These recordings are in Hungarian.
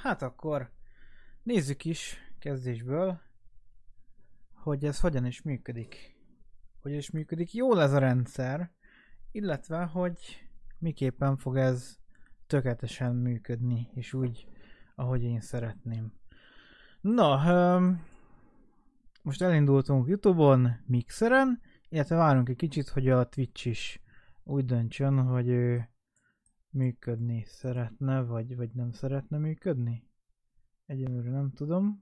Hát akkor nézzük is kezdésből, hogy ez hogyan is működik. Hogyan is működik jól ez a rendszer, illetve hogy miképpen fog ez tökéletesen működni, és úgy, ahogy én szeretném. Na, most elindultunk YouTube-on, Mixeren, illetve várunk egy kicsit, hogy a Twitch is úgy döntsön, hogy ő működni szeretne, vagy nem szeretne működni. Egyelőre nem tudom.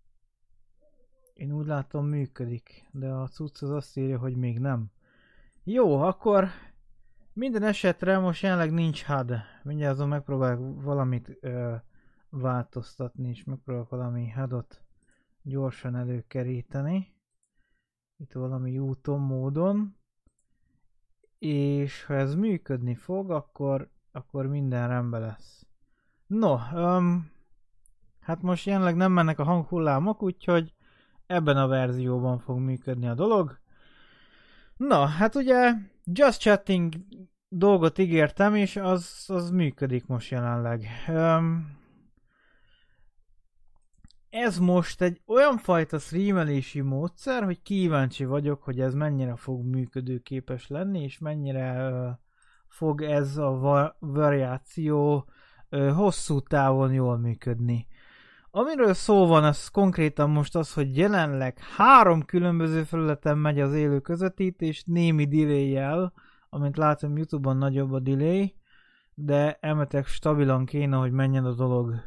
Én úgy látom működik, de a cucc az azt írja, hogy még nem. Jó, akkor minden esetre most jelenleg nincs HUD. Mindjárt azon megpróbálok valamit változtatni, és megpróbálok valami HUD-ot gyorsan előkeríteni. Itt valami úton, módon. És ha ez működni fog, akkor minden rendben lesz. No, hát most jelenleg nem mennek a hanghullámok, úgyhogy ebben a verzióban fog működni a dolog. Na, hát ugye Just Chatting dolgot ígértem, és az működik most jelenleg. Ez most egy olyan fajta streamelési módszer, hogy kíváncsi vagyok, hogy ez mennyire fog működőképes lenni, és mennyire fog ez a variáció hosszú távon jól működni. Amiről szó van, az konkrétan most az, hogy jelenleg 3 különböző felületen megy az élő közvetítés, némi delay-jel, amint látom YouTube-on nagyobb a delay, de emetek stabilan kéne, hogy menjen a dolog.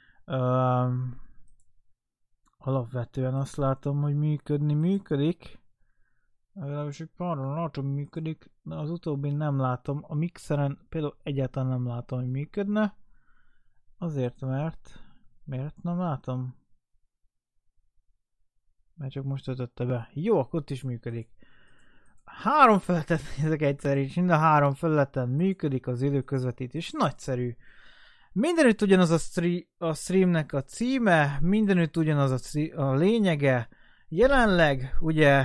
Alapvetően azt látom, hogy működik. Legalábbis egy párról látom, működik, de az utóbbi nem látom. A Mixeren például egyáltalán nem látom, hogy működne. Azért, mert... Miért nem látom? Mert csak most töltötte be. Jó, akkor ott is működik. 3 felületen nézek egyszer, és mind a 3 felületen működik az élő közvetítés. Nagyszerű. Mindenütt ugyanaz a streamnek a címe, mindenütt ugyanaz a lényege. Jelenleg ugye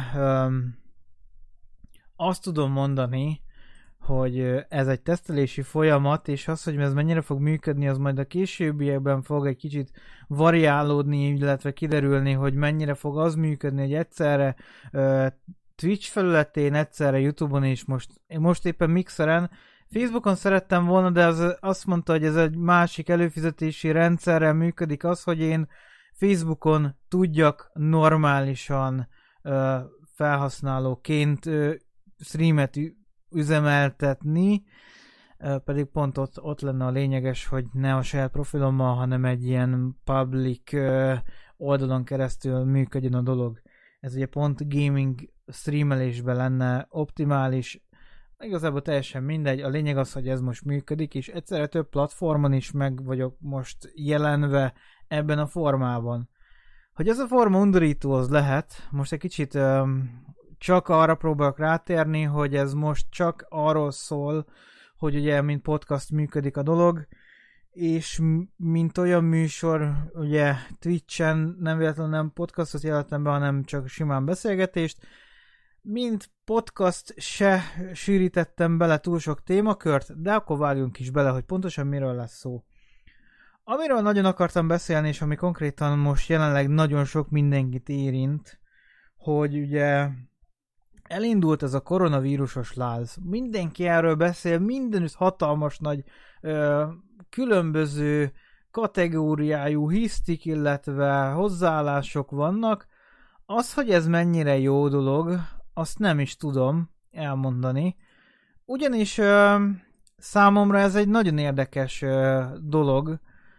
azt tudom mondani, hogy ez egy tesztelési folyamat, és az, hogy ez mennyire fog működni, az majd a későbbiekben fog egy kicsit variálódni, illetve kiderülni, hogy mennyire fog az működni, hogy egyszerre Twitch felületén, egyszerre YouTube-on, és most éppen Mixeren. Facebookon szerettem volna, de azt mondta, hogy ez egy másik előfizetési rendszerrel működik az, hogy én Facebookon tudjak normálisan felhasználóként streamet üzemeltetni, pedig pont ott lenne a lényeges, hogy ne a saját profilommal, hanem egy ilyen public oldalon keresztül működjön a dolog. Ez ugye pont gaming streamelésben lenne optimális, igazából teljesen mindegy, a lényeg az, hogy ez most működik, és egyszerre több platformon is meg vagyok most jelenve ebben a formában. Hogy ez a forma undorító az lehet, most egy kicsit csak arra próbálok rátérni, hogy ez most csak arról szól, hogy ugye mint podcast működik a dolog, és mint olyan műsor, ugye Twitch-en nem véletlenül nem podcastot jelentem be, hanem csak simán beszélgetést, mint podcast se sűrítettem bele túl sok témakört, de akkor vágjunk is bele, hogy pontosan miről lesz szó. Amiről nagyon akartam beszélni, és ami konkrétan most jelenleg nagyon sok mindenkit érint, hogy ugye elindult ez a koronavírusos láz. Mindenki erről beszél, mindenütt hatalmas nagy különböző kategóriájú hisztik, illetve hozzáállások vannak. Az, hogy ez mennyire jó dolog, azt nem is tudom elmondani. Ugyanis számomra ez egy nagyon érdekes dolog,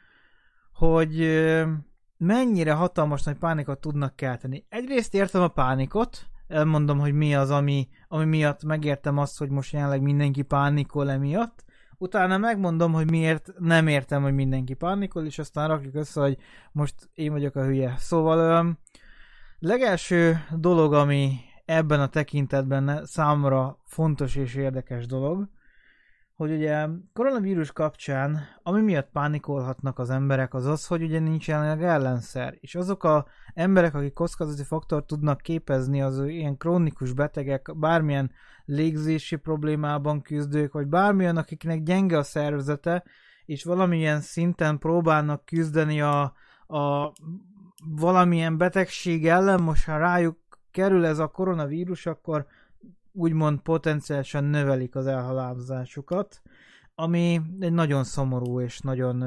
hogy mennyire hatalmas nagy pánikot tudnak kelteni. Egyrészt értem a pánikot, elmondom, hogy mi az, ami miatt megértem azt, hogy most jelenleg mindenki pánikol emiatt. Utána megmondom, hogy miért nem értem, hogy mindenki pánikol, és aztán rakjuk össze, hogy most én vagyok a hülye. Szóval legelső dolog, ami ebben a tekintetben számomra fontos és érdekes dolog, hogy ugye koronavírus kapcsán, ami miatt pánikolhatnak az emberek, az az, hogy ugye nincs jelenleg ellenszer. És azok az emberek, akik kockázati faktort tudnak képezni, az ilyen krónikus betegek, bármilyen légzési problémában küzdők, vagy bármilyen, akiknek gyenge a szervezete, és valamilyen szinten próbálnak küzdeni a valamilyen betegség ellen, most ha rájuk kerül ez a koronavírus, akkor úgymond potenciálisan növelik az elhalálozásukat, ami egy nagyon szomorú és nagyon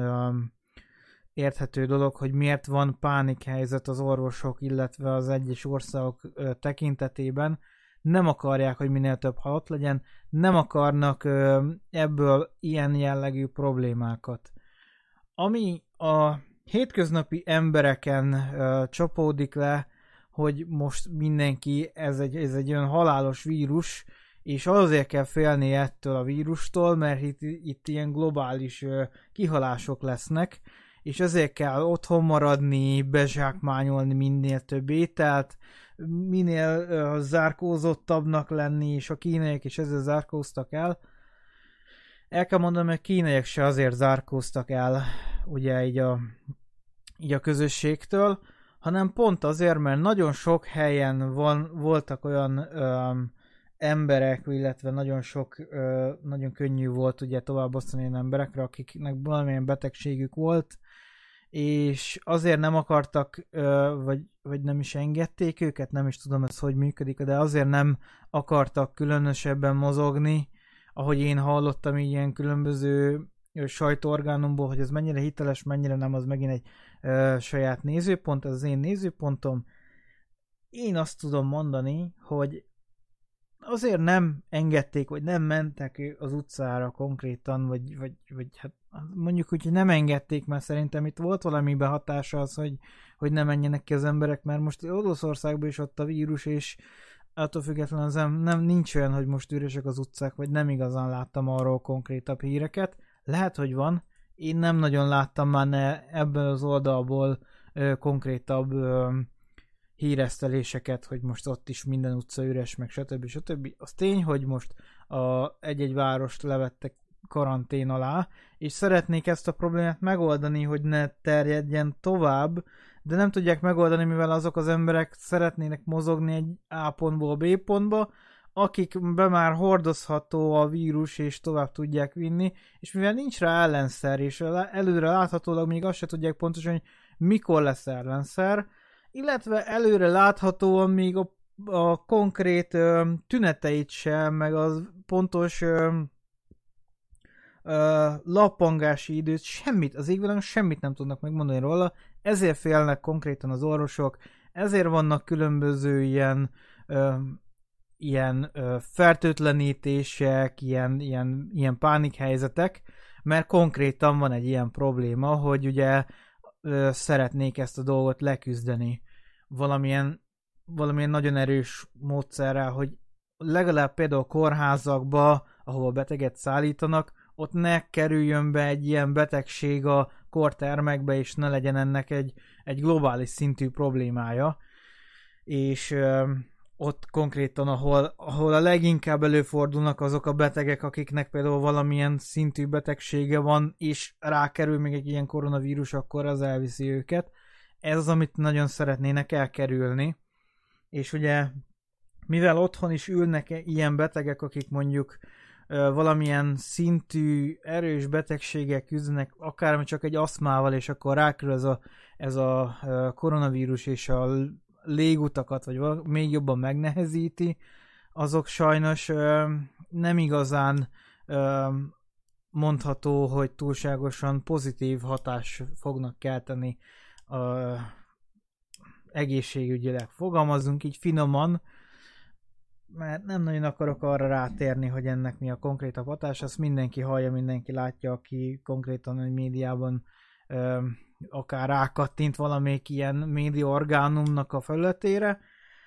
érthető dolog, hogy miért van pánikhelyzet az orvosok, illetve az egyes országok tekintetében. Nem akarják, hogy minél több halott legyen, nem akarnak ebből ilyen jellegű problémákat. Ami a hétköznapi embereken csapódik le, hogy most mindenki, ez egy olyan halálos vírus, és azért kell félni ettől a vírustól, mert itt ilyen globális kihalások lesznek, és ezért kell otthon maradni, bezsákmányolni minél több ételt, minél zárkózottabbnak lenni, és a kínaiak is ezzel zárkóztak el. El kell mondanom, hogy a kínaiak se azért zárkóztak el, ugye így a közösségtől, hanem pont azért, mert nagyon sok helyen voltak olyan emberek, illetve nagyon könnyű volt ugye továbbosztani olyan emberekre, akiknek valamilyen betegségük volt, és azért nem akartak, vagy nem is engedték őket, nem is tudom ez hogy működik, de azért nem akartak különösebben mozogni, ahogy én hallottam ilyen különböző sajtóorgánumból, hogy ez mennyire hiteles, mennyire nem, az megint egy saját nézőpont, ez az én nézőpontom. Én azt tudom mondani, hogy azért nem engedték, vagy nem mentek az utcára konkrétan, vagy hát mondjuk úgy, hogy nem engedték, mert szerintem itt volt valami behatása az, hogy nem menjenek ki az emberek, mert most Oroszországban is ott a vírus, és attól függetlenül az nincs olyan, hogy most üresek az utcák, vagy nem igazán láttam arról konkrétabb híreket. Lehet, hogy van. Én nem nagyon láttam már ebből az oldalból konkrétabb híreszteléseket, hogy most ott is minden utca üres, meg stb. Az tény, hogy most egy-egy várost levettek karantén alá, és szeretnék ezt a problémát megoldani, hogy ne terjedjen tovább, de nem tudják megoldani, mivel azok az emberek szeretnének mozogni egy A pontból B pontba, akikbe már hordozható a vírus, és tovább tudják vinni, és mivel nincs rá ellenszer, és előre láthatólag még azt se tudják pontosan, hogy mikor lesz ellenszer, illetve előre láthatóan még a konkrét tüneteit sem, meg az pontos lappangási időt, semmit, az égvilágon semmit nem tudnak megmondani róla, ezért félnek konkrétan az orvosok, ezért vannak különböző ilyen fertőtlenítések, ilyen pánikhelyzetek, mert konkrétan van egy ilyen probléma, hogy ugye szeretnék ezt a dolgot leküzdeni valamilyen nagyon erős módszerrel, hogy legalább például kórházakba, ahol beteget szállítanak, ott ne kerüljön be egy ilyen betegség a kórtermekbe, és ne legyen ennek egy globális szintű problémája. És ott konkrétan, ahol a leginkább előfordulnak azok a betegek, akiknek például valamilyen szintű betegsége van, és rákerül még egy ilyen koronavírus, akkor az elviszi őket. Ez az, amit nagyon szeretnének elkerülni. És ugye, mivel otthon is ülnek ilyen betegek, akik mondjuk valamilyen szintű erős betegséggel küzdenek, akár csak egy aszmával, és akkor rákerül ez a koronavírus, és a légutakat, vagy még jobban megnehezíti, azok sajnos nem igazán mondható, hogy túlságosan pozitív hatás fognak kelteni egészségügyileg. Fogalmazzunk így finoman, mert nem nagyon akarok arra rátérni, hogy ennek mi a konkrétabb hatás, azt mindenki hallja, mindenki látja, aki konkrétan a médiában akár rákattint valamelyik ilyen média orgánumnak a felületére.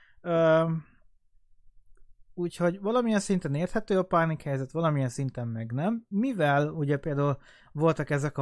Úgyhogy valamilyen szinten érthető a pánikhelyzet, valamilyen szinten meg nem. Mivel ugye például voltak ezek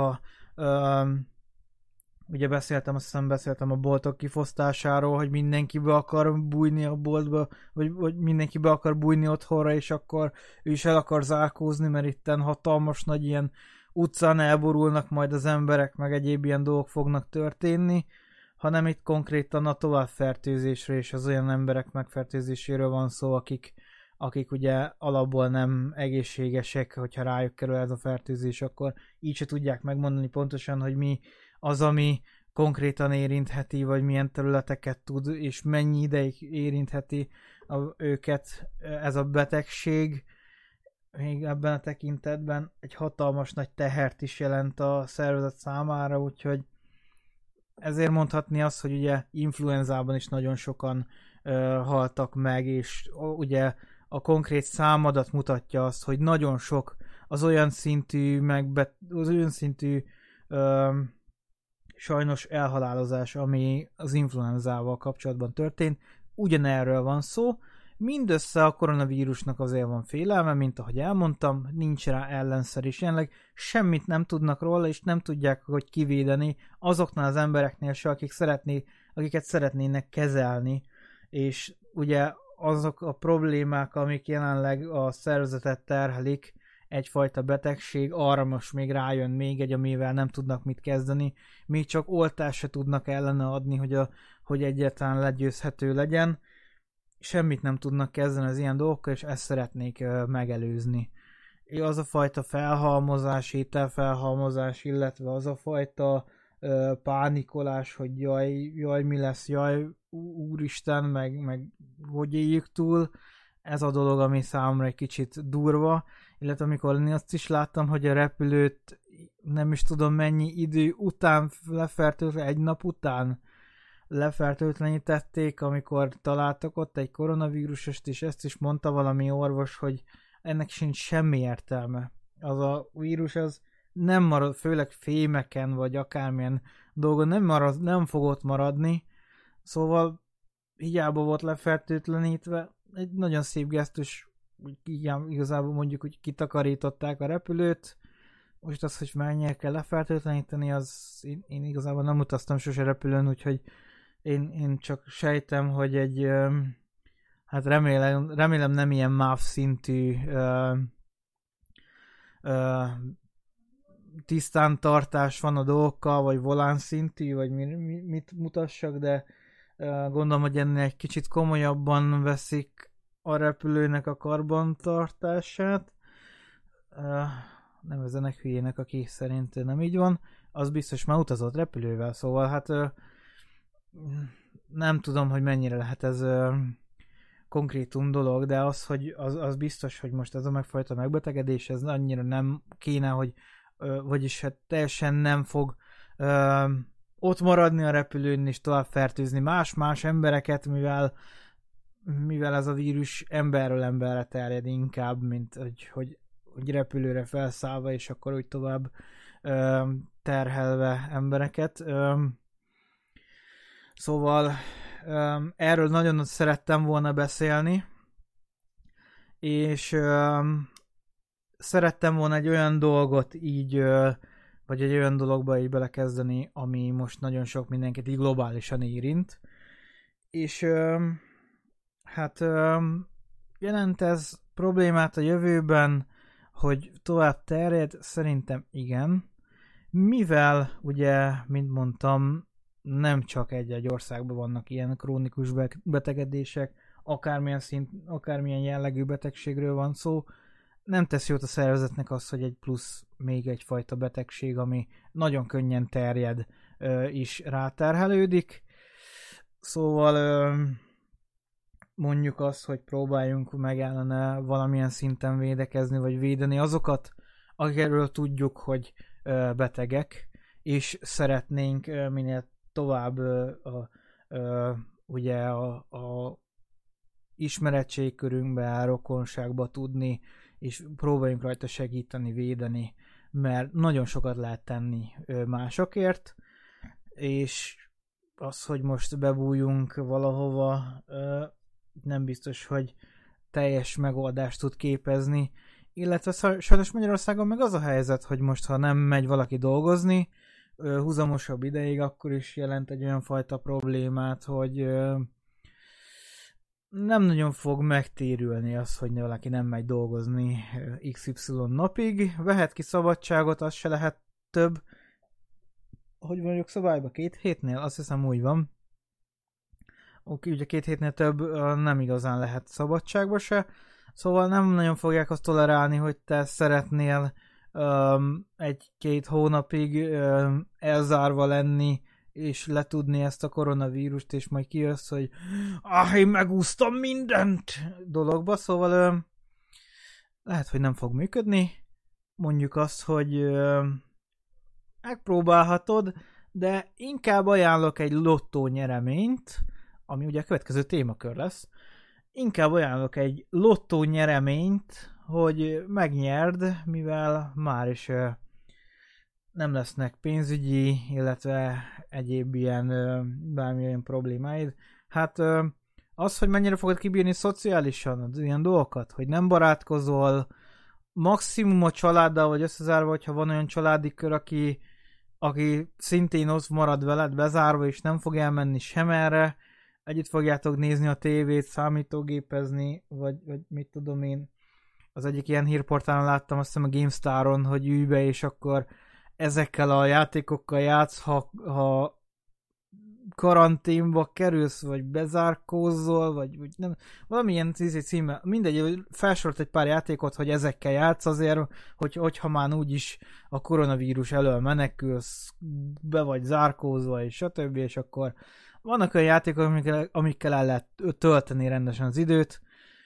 ugye beszéltem a boltok kifosztásáról, hogy mindenki be akar bújni a boltba, vagy mindenki be akar bújni otthonra, és akkor ő is el akar zárkózni, mert itten hatalmas nagy ilyen utcán elborulnak majd az emberek, meg egyéb ilyen dolgok fognak történni, hanem itt konkrétan a továbbfertőzésről és az olyan emberek megfertőzéséről van szó, akik ugye alapból nem egészségesek, hogyha rájuk kerül ez a fertőzés, akkor így se tudják megmondani pontosan, hogy mi az, ami konkrétan érintheti, vagy milyen területeket tud, és mennyi ideig érintheti őket ez a betegség. Még ebben a tekintetben egy hatalmas nagy tehert is jelent a szervezet számára, úgyhogy ezért mondhatni azt, hogy ugye influenzában is nagyon sokan haltak meg, és ugye a konkrét számadat mutatja azt, hogy nagyon sok az olyan szintű, az olyan szintű sajnos elhalálozás, ami az influenzával kapcsolatban történt. Ugyanerről van szó, mindössze a koronavírusnak azért van félelme, mint ahogy elmondtam, nincs rá ellenszer is. Jelenleg semmit nem tudnak róla, és nem tudják, hogy kivédeni azoknál az embereknél se, akiket szeretnének kezelni. És ugye azok a problémák, amik jelenleg a szervezetet terhelik, egyfajta betegség, arra most még rájön még egy, amivel nem tudnak mit kezdeni, még csak oltást se tudnak ellene adni, hogy egyáltalán legyőzhető legyen. Semmit nem tudnak kezdeni az ilyen dolgokkal, és ezt szeretnék megelőzni. Az a fajta felhalmozás, ételfelhalmozás, illetve az a fajta pánikolás, hogy jaj, mi lesz, jaj, úristen, meg hogy éljük túl, ez a dolog, ami számomra egy kicsit durva, illetve amikor én azt is láttam, hogy a repülőt nem is tudom mennyi idő után egy nap után lefertőtlenítették, amikor találtak ott egy koronavírusost, és ezt is mondta valami orvos, hogy ennek sincs semmi értelme. Az a vírus az nem marad, főleg fémeken, vagy akármilyen dolgon nem fog ott maradni, szóval hiába volt lefertőtlenítve, egy nagyon szép gesztus, igazából mondjuk, hogy kitakarították a repülőt, most az, hogy mennyire kell lefertőtleníteni, az én igazából nem utaztam sose repülőn, úgyhogy én csak sejtem, hogy hát remélem nem ilyen MÁV szintű tisztántartás van a dolgokkal, vagy volán szintű, vagy mit mutassak, de gondolom, hogy ennél egy kicsit komolyabban veszik a repülőnek a karbantartását. Nevezzenek hülyének, aki szerint nem így van. Az biztos már utazott repülővel, szóval hát nem tudom, hogy mennyire lehet ez konkrétum dolog, de az biztos, hogy most ez a megfajta megbetegedés, ez annyira nem kéne, hogy vagyis hát teljesen nem fog ott maradni a repülőn és tovább fertőzni más embereket, mivel ez a vírus emberről emberre terjed inkább, mint hogy repülőre felszállva, és akkor úgy tovább terhelve embereket. Szóval erről nagyon szerettem volna beszélni, és szerettem volna egy olyan dolgot így, vagy egy olyan dologba így belekezdeni, ami most nagyon sok mindenkit így globálisan érint. És hát jelent ez problémát a jövőben, hogy tovább terjed? Szerintem igen. Mivel ugye, mint mondtam, nem csak egy országban vannak ilyen krónikus betegedések, akármilyen jellegű betegségről van szó, nem tesz jót a szervezetnek az, hogy egy plusz még egyfajta betegség, ami nagyon könnyen terjed, is ráterhelődik. Szóval mondjuk azt, hogy próbáljunk meg ellene valamilyen szinten védekezni, vagy védeni azokat, akikről tudjuk, hogy betegek, és szeretnénk minél tovább ugye a ismeretségkörünkbe, rokonságba tudni, és próbáljunk rajta segíteni, védeni, mert nagyon sokat lehet tenni másokért, és az, hogy most bebújjunk valahova, nem biztos, hogy teljes megoldást tud képezni, illetve sajnos Magyarországon meg az a helyzet, hogy most, ha nem megy valaki dolgozni húzamosabb ideig, akkor is jelent egy olyan fajta problémát, hogy nem nagyon fog megtérülni az, hogy valaki nem megy dolgozni XY napig. Vehet ki szabadságot, az se lehet több. Hogy vagyok szabályban? 2 hétnél? Azt hiszem úgy van. Oké, ugye 2 hétnél több nem igazán lehet szabadságba se. Szóval nem nagyon fogják azt tolerálni, hogy te szeretnél egy-két hónapig elzárva lenni, és letudni ezt a koronavírust, és majd kijössz, hogy én megúsztam mindent dologba, szóval lehet, hogy nem fog működni. Mondjuk azt, hogy megpróbálhatod, de inkább ajánlok egy lottó nyereményt, ami ugye a következő témakör lesz. Inkább ajánlok egy lottó nyereményt, hogy megnyerd, mivel már is nem lesznek pénzügyi, illetve egyéb ilyen bármilyen problémáid. Hát az, hogy mennyire fogod kibírni szociálisan az ilyen dolgokat, hogy nem barátkozol, maximum a családdal vagy összezárva, hogyha van olyan családi kör, aki szintén ott marad veled bezárva, és nem fog elmenni sem erre, együtt fogjátok nézni a tévét, számítógépezni, vagy mit tudom én. Az egyik ilyen hírportálon láttam, azt hiszem a GameStar-on, hogy ülj be, és akkor ezekkel a játékokkal játsz, ha karanténba kerülsz, vagy bezárkózzol, vagy nem, valamilyen címe, mindegy, felsorolt egy pár játékot, hogy ezekkel játsz azért, hogyha már úgyis a koronavírus elől menekülsz, be vagy zárkózva, és stb. És akkor vannak olyan játékok, amikkel el lehet tölteni rendesen az időt,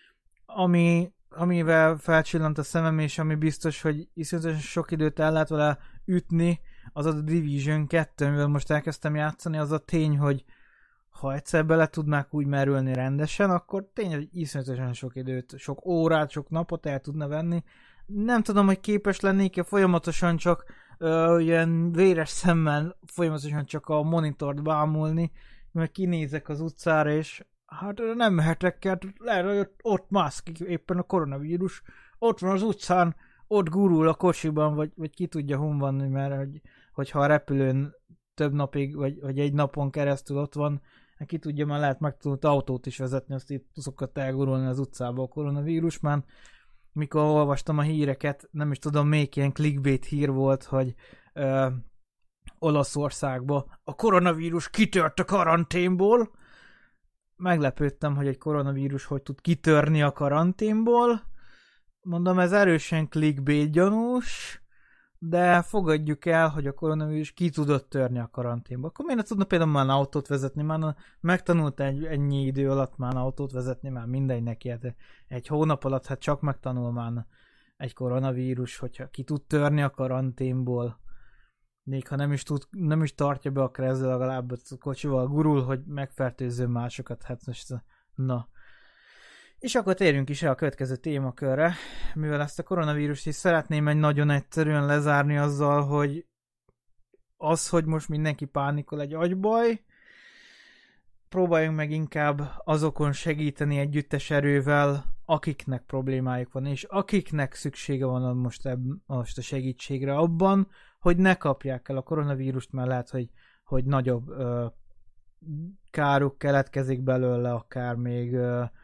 amivel felcsillant a szemem, és ami biztos, hogy iszonyatosan sok időt el lehet vele ütni, az a Division 2, amivel most elkezdtem játszani, az a tény, hogy ha egyszer bele tudnák úgy merülni rendesen, akkor tényleg hogy iszonyatosan sok időt, sok órát, sok napot el tudna venni. Nem tudom, hogy képes lennék-e folyamatosan csak ilyen véres szemmel folyamatosan csak a monitort bámulni, mert kinézek az utcára, és hát nem mehetek el, lehet, hogy ott mászkik éppen a koronavírus, ott van az utcán, ott gurul a kocsiban, vagy ki tudja hon van, mert hogyha a repülőn több napig, vagy egy napon keresztül ott van, ki tudja, már lehet megtanult autót is vezetni, azt itt szokott elgurulni az utcába a koronavírus, már mikor olvastam a híreket, nem is tudom, még ilyen clickbait hír volt, hogy Olaszországba a koronavírus kitört a karanténból. Meglepődtem, hogy egy koronavírus hogy tud kitörni a karanténból. Mondom, ez erősen clickbait gyanús, de fogadjuk el, hogy a koronavírus ki tudott törni a karanténba. Akkor miért ne tudna például már autót vezetni? Már megtanult ennyi idő alatt már autót vezetni, már mindegy neki. Hát egy hónap alatt hát csak megtanul már egy koronavírus, hogyha ki tud törni a karanténból. Még ha nem is tartja be a keresztbe, legalább a kocsival gurul, hogy megfertőzzön másokat. Hát most, na. És akkor térjünk is el a következő témakörre, mivel ezt a koronavírust is szeretném egy nagyon egyszerűen lezárni azzal, hogy hogy most mindenki pánikol, egy agybaj, próbáljunk meg inkább azokon segíteni együttes erővel, akiknek problémájuk van, és akiknek szüksége van most a segítségre abban, hogy ne kapják el a koronavírust, mert lehet, hogy nagyobb káruk keletkezik belőle, akár még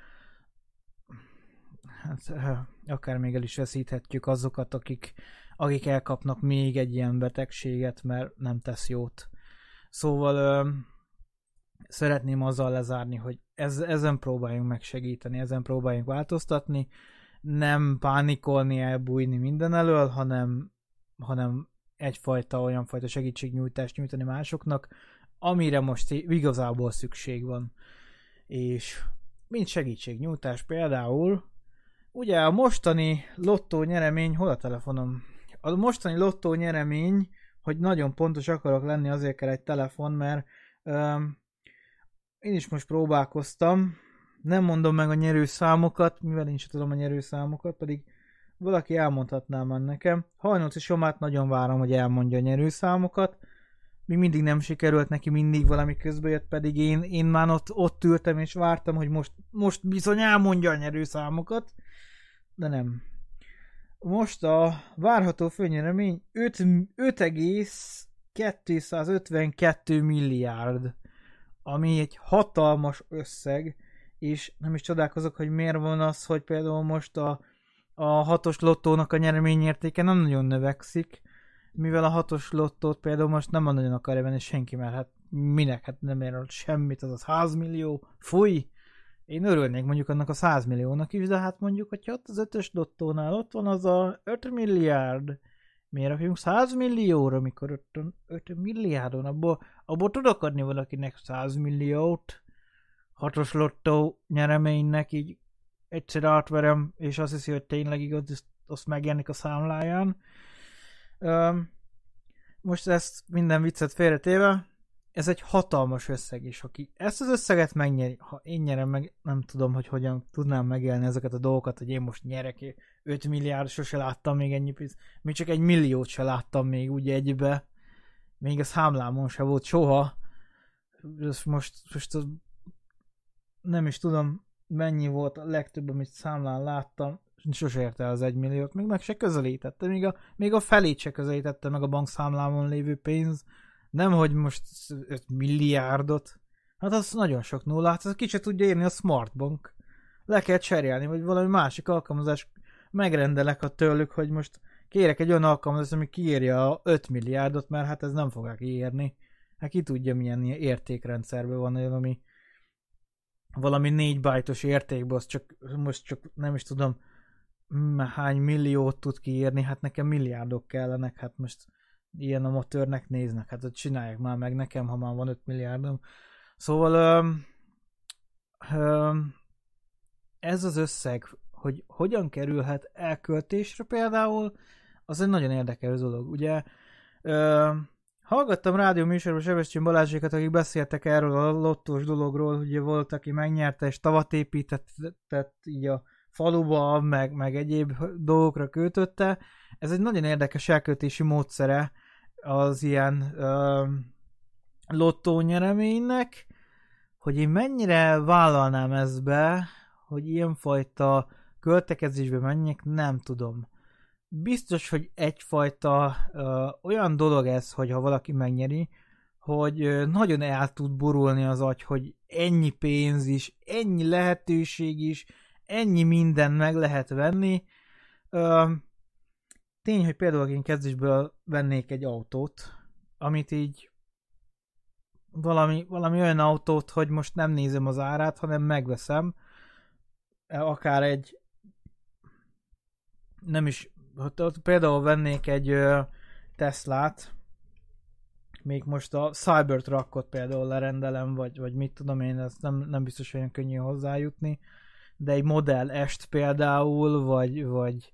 akár még el is veszíthetjük azokat, akik elkapnak még egy ilyen betegséget, mert nem tesz jót. Szóval szeretném azzal lezárni, hogy ezen próbáljunk megsegíteni, ezen próbáljunk változtatni, nem pánikolni, elbújni minden elől, hanem olyan fajta segítségnyújtást nyújtani másoknak, amire most igazából szükség van. És mint segítségnyújtás például, ugye a mostani lottó nyeremény, hol a telefonom? A mostani lottó nyeremény, hogy nagyon pontos akarok lenni, azért kell egy telefon, mert én is most próbálkoztam, nem mondom meg a nyerőszámokat, mivel én sem tudom a nyerőszámokat, pedig valaki elmondhatná már nekem. Hajnóci Somát nagyon várom, hogy elmondja a nyerőszámokat, még mindig nem sikerült neki, mindig valami közbe jött, pedig én már ott ültem és vártam, hogy most bizony elmondja a nyerőszámokat, de nem. Most a várható főnyeremény 5,252 milliárd, ami egy hatalmas összeg, és nem is csodálkozok, hogy miért van az, hogy például most a hatos lottónak a nyereményértéke nem nagyon növekszik, mivel a hatos lottót például most nem nagyon akarja venni senki, mert hát minek, hát nem ér semmit, az 100 millió, fúj, én örülnék mondjuk annak a 100 milliónak is, de hát mondjuk, hogyha ott az 5-ös lottónál ott van az a 5 milliárd, miért rakjunk 100 millióra, mikor 5 milliárdon, abból tudok adni valakinek 100 milliót, 6-os lottó nyereménynek így egyszer átverem, és azt hiszi, hogy tényleg igaz, azt megjelenik a számláján. Most ezt minden viccet félretéve, ez egy hatalmas összeg, és aki ezt az összeget megnyeri, ha én nyerem meg, nem tudom, hogy hogyan tudnám megélni ezeket a dolgokat, hogy én most nyerek 5 milliárd, sose láttam még ennyi pénzt, még csak 1 milliót se láttam még úgy egybe, még a számlámon se volt soha. Most nem is tudom, mennyi volt a legtöbb, amit számlán láttam, sose érte el az 1 milliót, még meg se közelítette, még a felét se közelítette meg a bankszámlámon lévő pénz, nemhogy most 5 milliárdot. Hát az nagyon sok nullát, az ki se tudja érni a Smartbank. Le kell cserélni, vagy valami másik alkalmazás megrendelek a tőlük, hogy most kérek egy olyan alkalmazást, ami kiírja a 5 milliárdot, mert hát ez nem fogják kiírni. Hát ki tudja, milyen értékrendszerben van, valami 4 bájtos értékben, az most csak nem is tudom hány milliót tud kiírni, hát nekem milliárdok kellenek, hát most ilyen amatőrnek néznek, hát ott csinálják már meg nekem, ha már van 5 milliárdom. Szóval ez az összeg, hogy hogyan kerülhet elköltésre például, az egy nagyon érdekes dolog. Ugye hallgattam rádió műsorban Sebestyén Balázsékat, akik beszéltek erről a lottós dologról, hogy volt, aki megnyerte és tavat épített így a faluba, meg egyéb dolgokra költötte. Ez egy nagyon érdekes elköltési módszere az ilyen lottónyereménynek, hogy én mennyire vállalnám ezt be, hogy ilyenfajta költekezésbe menjek, nem tudom. Biztos, hogy egyfajta olyan dolog ez, hogy ha valaki megnyeri, hogy nagyon el tud borulni az agy, hogy ennyi pénz is, ennyi lehetőség is, ennyi minden meg lehet venni. Tény, hogy például én kezdésből vennék egy autót, amit így valami olyan autót, hogy most nem nézem az árát, hanem megveszem. Akár egy nem is, például vennék egy Teslát, még most a Cybertruckot például lerendelem, vagy mit tudom én, ezt nem biztos olyan könnyű hozzájutni, de egy Model S-t például, vagy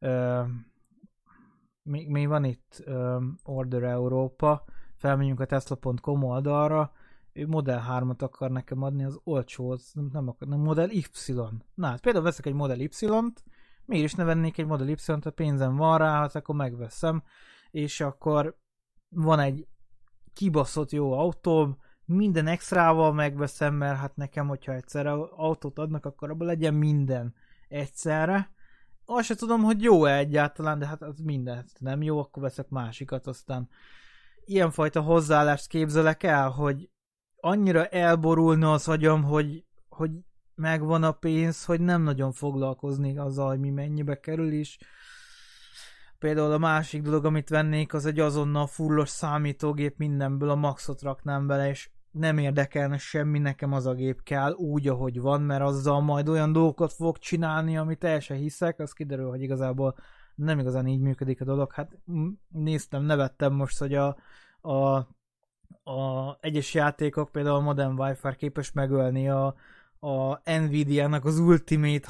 mi van itt Order Európa, felmegyünk a tesla.com oldalra, ő Model 3-at akar nekem adni, az olcsó, az nem akar, nem Model Y. Na, hát például veszek egy Model Y-t, miért is ne vennék egy Model Y-t, a pénzem van rá, hát akkor megveszem, és akkor van egy kibaszott jó autóm, minden extrával megveszem, mert hát nekem, hogyha egyszerre autót adnak, akkor abban legyen minden egyszerre. Azt se tudom, hogy jó-e egyáltalán, de hát az minden nem jó, akkor veszek másikat, aztán ilyenfajta hozzáállást képzelek el, hogy annyira elborulna az agyam, hogy megvan a pénz, hogy nem nagyon foglalkozni azzal, hogy mi mennyibe kerül is. Például a másik dolog, amit vennék, az egy azonnal fullos számítógép, mindenből a maxot raknám bele, és nem érdekelne semmi, nekem az a gép kell úgy, ahogy van, mert azzal majd olyan dolgokat fogok csinálni, amit el se hiszek, az kiderül, hogy igazából nem igazán így működik a dolog. Hát néztem, nevettem most, hogy a egyes játékok, például a Modern Warfare képes megölni a Nvidia-nak az Ultimate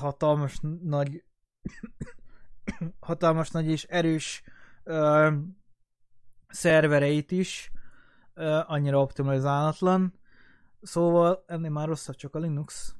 hatalmas nagy és erős szervereit is, annyira optimalizálatlan. Szóval ennél már rosszabb csak a Linux.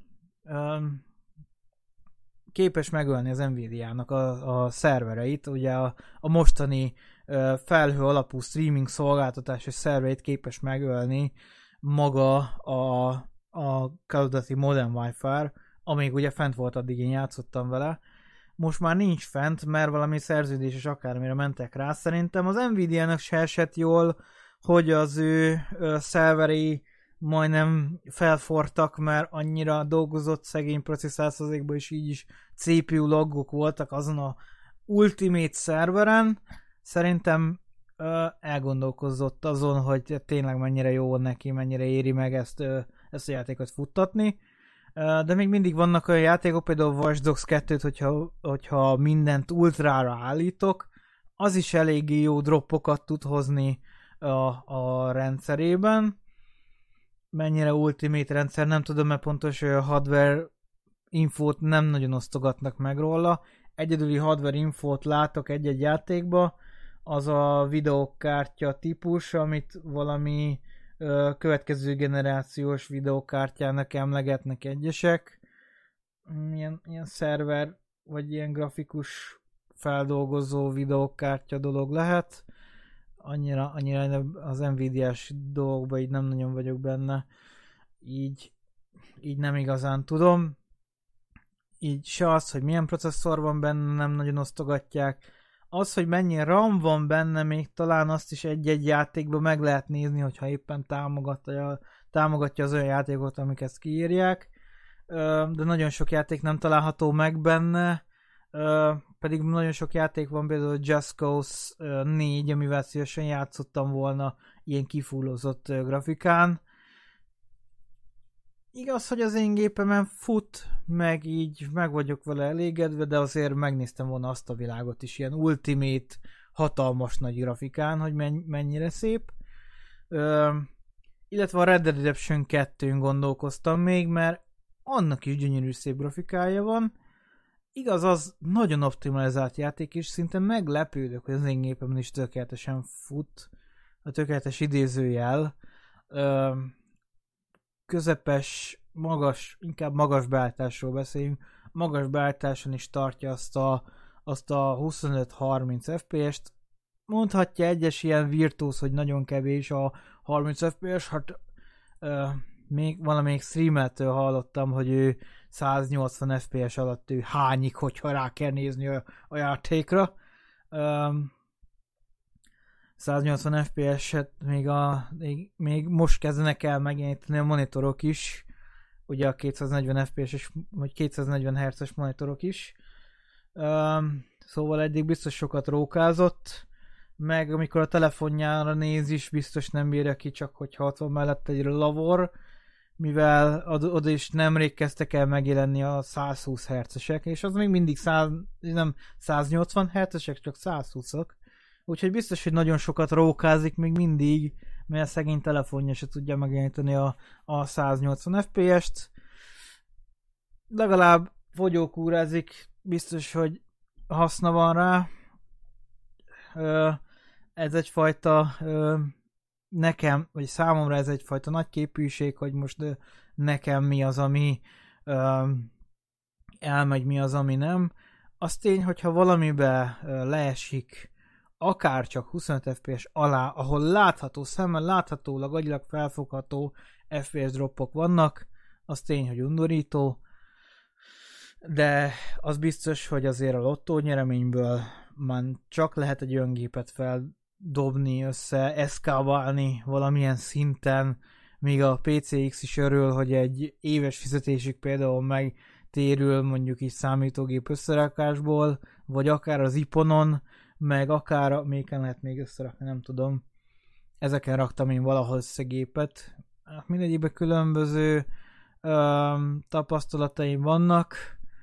Képes megölni az Nvidia-nak a szervereit, ugye a mostani felhő alapú streaming szolgáltatás és szervereit képes megölni maga a Call of Duty Modern Warfare, amíg ugye fent volt, addig én játszottam vele. Most már nincs fent, mert valami szerződés és akármire mentek rá. Szerintem az Nvidia-nak se esett jól, hogy az ő szerverei majdnem felfortak, mert annyira dolgozott szegény processzorszázékban, és így is CPU loggok voltak azon a Ultimate szerveren. Szerintem elgondolkozott azon, hogy tényleg mennyire jó neki, mennyire éri meg ezt a játékot futtatni. De még mindig vannak olyan játékok, például Watch Dogs 2-t, hogyha mindent ultrára állítok, az is eléggé jó droppokat tud hozni a rendszerében. Mennyire Ultimate rendszer, nem tudom, mert pontos hardware infót nem nagyon osztogatnak meg róla. Egyedüli hardware infót látok egy-egy játékba, az a videókártya típus, amit valami következő generációs videókártyának emlegetnek egyesek. Ilyen szerver, vagy ilyen grafikus feldolgozó videókártya dolog lehet. Annyira az Nvidia-s dolgokban így nem nagyon vagyok benne. Így nem igazán tudom. Így se az, hogy milyen processzor van benne, nem nagyon osztogatják. Az, hogy mennyi RAM van benne, még talán azt is egy-egy játékban meg lehet nézni, hogyha éppen támogatja az olyan játékot, amik ezt kiírják. De nagyon sok játék nem található meg benne, pedig nagyon sok játék van, például Just Cause 4, amivel szívesen játszottam volna ilyen kifullozott grafikán. Igaz, hogy az én gépemen fut, meg így meg vagyok vele elégedve, de azért megnéztem volna azt a világot is, ilyen ultimate, hatalmas nagy grafikán, hogy mennyire szép. Illetve a Red Dead Redemption 2-n gondolkoztam még, mert annak is gyönyörű szép grafikája van. Igaz, az nagyon optimalizált játék, és szinte meglepődök, hogy az én gépemen is tökéletesen fut. A tökéletes idézőjel. Közepes, magas, inkább magas beállításról beszéljünk. Magas beállításon is tartja azt a 25-30 FPS-t. Mondhatja egyes ilyen virtuóz, hogy nagyon kevés a 30 FPS, hát még valamelyik streameltől hallottam, hogy ő 180 FPS alatt ő hányik, hogyha rá kell nézni a játékra. 180 FPS-et még most kezdenek el megjeleníteni a monitorok is, ugye a 240 FPS-es vagy 240 Hz-es monitorok is. Szóval eddig biztos sokat rókázott, meg amikor a telefonjára néz is, biztos nem bírja ki, csak hogyha ott van mellett egy lavor, mivel oda is nemrég kezdtek el megjelenni a 120 Hz-esek, és az még mindig nem 180 Hz-esek, csak 120-ak. Úgyhogy biztos, hogy nagyon sokat rókázik még mindig, mert a szegény telefonja se tudja megjeleníteni a 180 FPS-t. Legalább fogyókúrázik, biztos, hogy haszna van rá. Ez egyfajta nekem, vagy számomra ez egyfajta nagy képűség, hogy most nekem mi az, ami elmegy, mi az, ami nem. Az tény, hogyha valamibe leesik akár csak 25 FPS alá, ahol látható, szemmel láthatólag, agyilag felfogható FPS droppok vannak, az tény, hogy undorító, de az biztos, hogy azért a lottó nyereményből már csak lehet egy olyan gépet feldobni, eszkálválni valamilyen szinten, míg a PCX is örül, hogy egy éves fizetésük például megtérül mondjuk így számítógép összerakásból, vagy akár az iPonon, meg akár melyiken lehet még összerakni, nem tudom. Ezeken raktam én valahol összegépet. Mindegyikben különböző tapasztalataim vannak.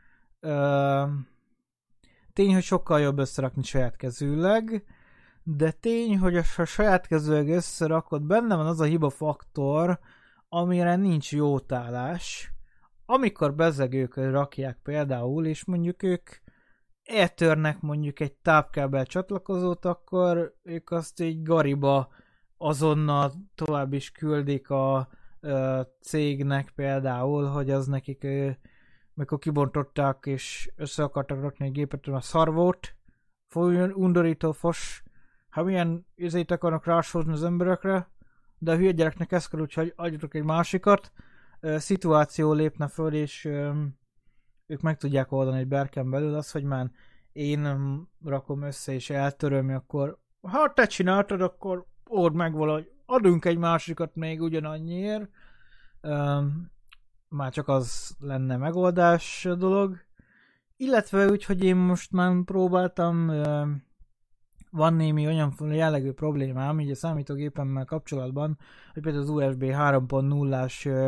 Tény, hogy sokkal jobb összerakni saját kezűleg, de tény, hogy ha saját kezűleg összerakod, benne van az a hiba faktor, amire nincs jó tálás. Amikor bezegőkön rakják például, és mondjuk ők eltörnek mondjuk egy tápkábel csatlakozót, akkor ők azt így gariba azonnal tovább is küldik a cégnek például, hogy az nekik, mikor kibontották és össze akartak rakni egy gépet, a szar volt, undorító fos, ha milyen izét akarnak ráshozni az emberekre, de a hülye gyereknek ez kell, úgyhogy adjatok egy másikat, szituáció lépne föl, és ők meg tudják oldani egy berken belül, az, hogy már én rakom össze és eltöröm, akkor ha te csináltad, akkor old meg valahogy, adunk egy másikat még ugyanannyiért. Már csak az lenne megoldás a dolog. Illetve úgy, hogy én most már próbáltam, van némi olyan jellegű problémám így a számítógépemmel kapcsolatban, hogy például az USB 3.0-ás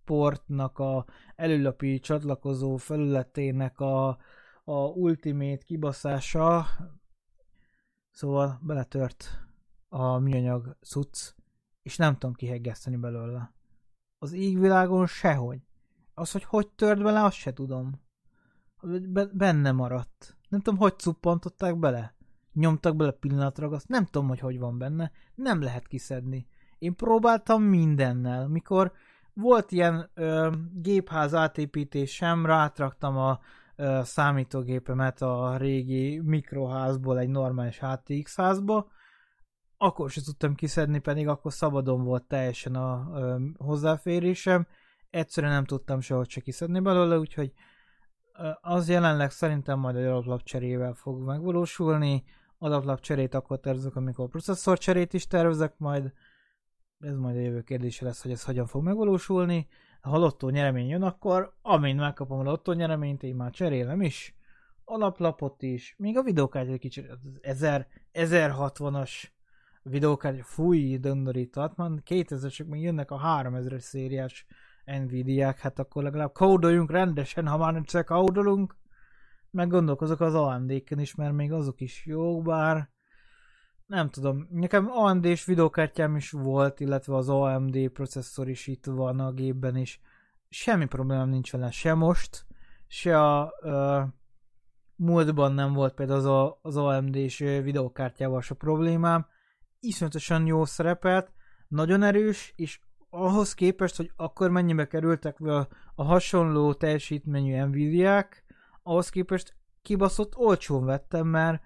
portnak a előlapi csatlakozó felületének a ultimate kibaszása, szóval beletört a műanyag cucc, és nem tudom kihegeszteni belőle. Az égvilágon sehogy. Az, hogy tört bele, azt se tudom. Benne maradt. Nem tudom, hogy cuppantották bele. Nyomtak bele pillanatragaszt. Nem tudom, hogy van benne. Nem lehet kiszedni. Én próbáltam mindennel. Mikor volt ilyen gépház átépítésem, rátraktam a számítógépemet a régi mikroházból egy normális HTX házba, akkor sem tudtam kiszedni, pedig akkor szabadon volt teljesen a hozzáférésem. Egyszerűen nem tudtam sehogy se kiszedni belőle, úgyhogy az jelenleg szerintem majd egy adatlapcserével fog megvalósulni. Adatlapcserét akkor tervezek, amikor processzorcserét is tervezek majd. Ez majd a jövő kérdése lesz, hogy ez hogyan fog megvalósulni. Ha lottó nyeremény jön, akkor amint megkapom a lottó nyereményt, én már cserélem is. Alaplapot is, még a videókártya egy kicsit, 1060-as videókártya, fúj, döndoríthat, már 2000-esek még jönnek a 3000-es szériás Nvidia-k, hát akkor legalább kódoljunk rendesen, ha már nem kódolunk. Meg gondolkozok az AMD-ken is, mert még azok is jók, bár nem tudom, nekem AMD-s videókártyám is volt, illetve az AMD processzor is itt van a gépben is. Semmi problémám nincs vele, se most, se a múltban nem volt például az AMD-s videókártyával se problémám. Iszonyatosan jó szerepelt, nagyon erős, és ahhoz képest, hogy akkor mennyibe kerültek a hasonló teljesítményű Nvidia-k, ahhoz képest kibaszott olcsón vettem, mert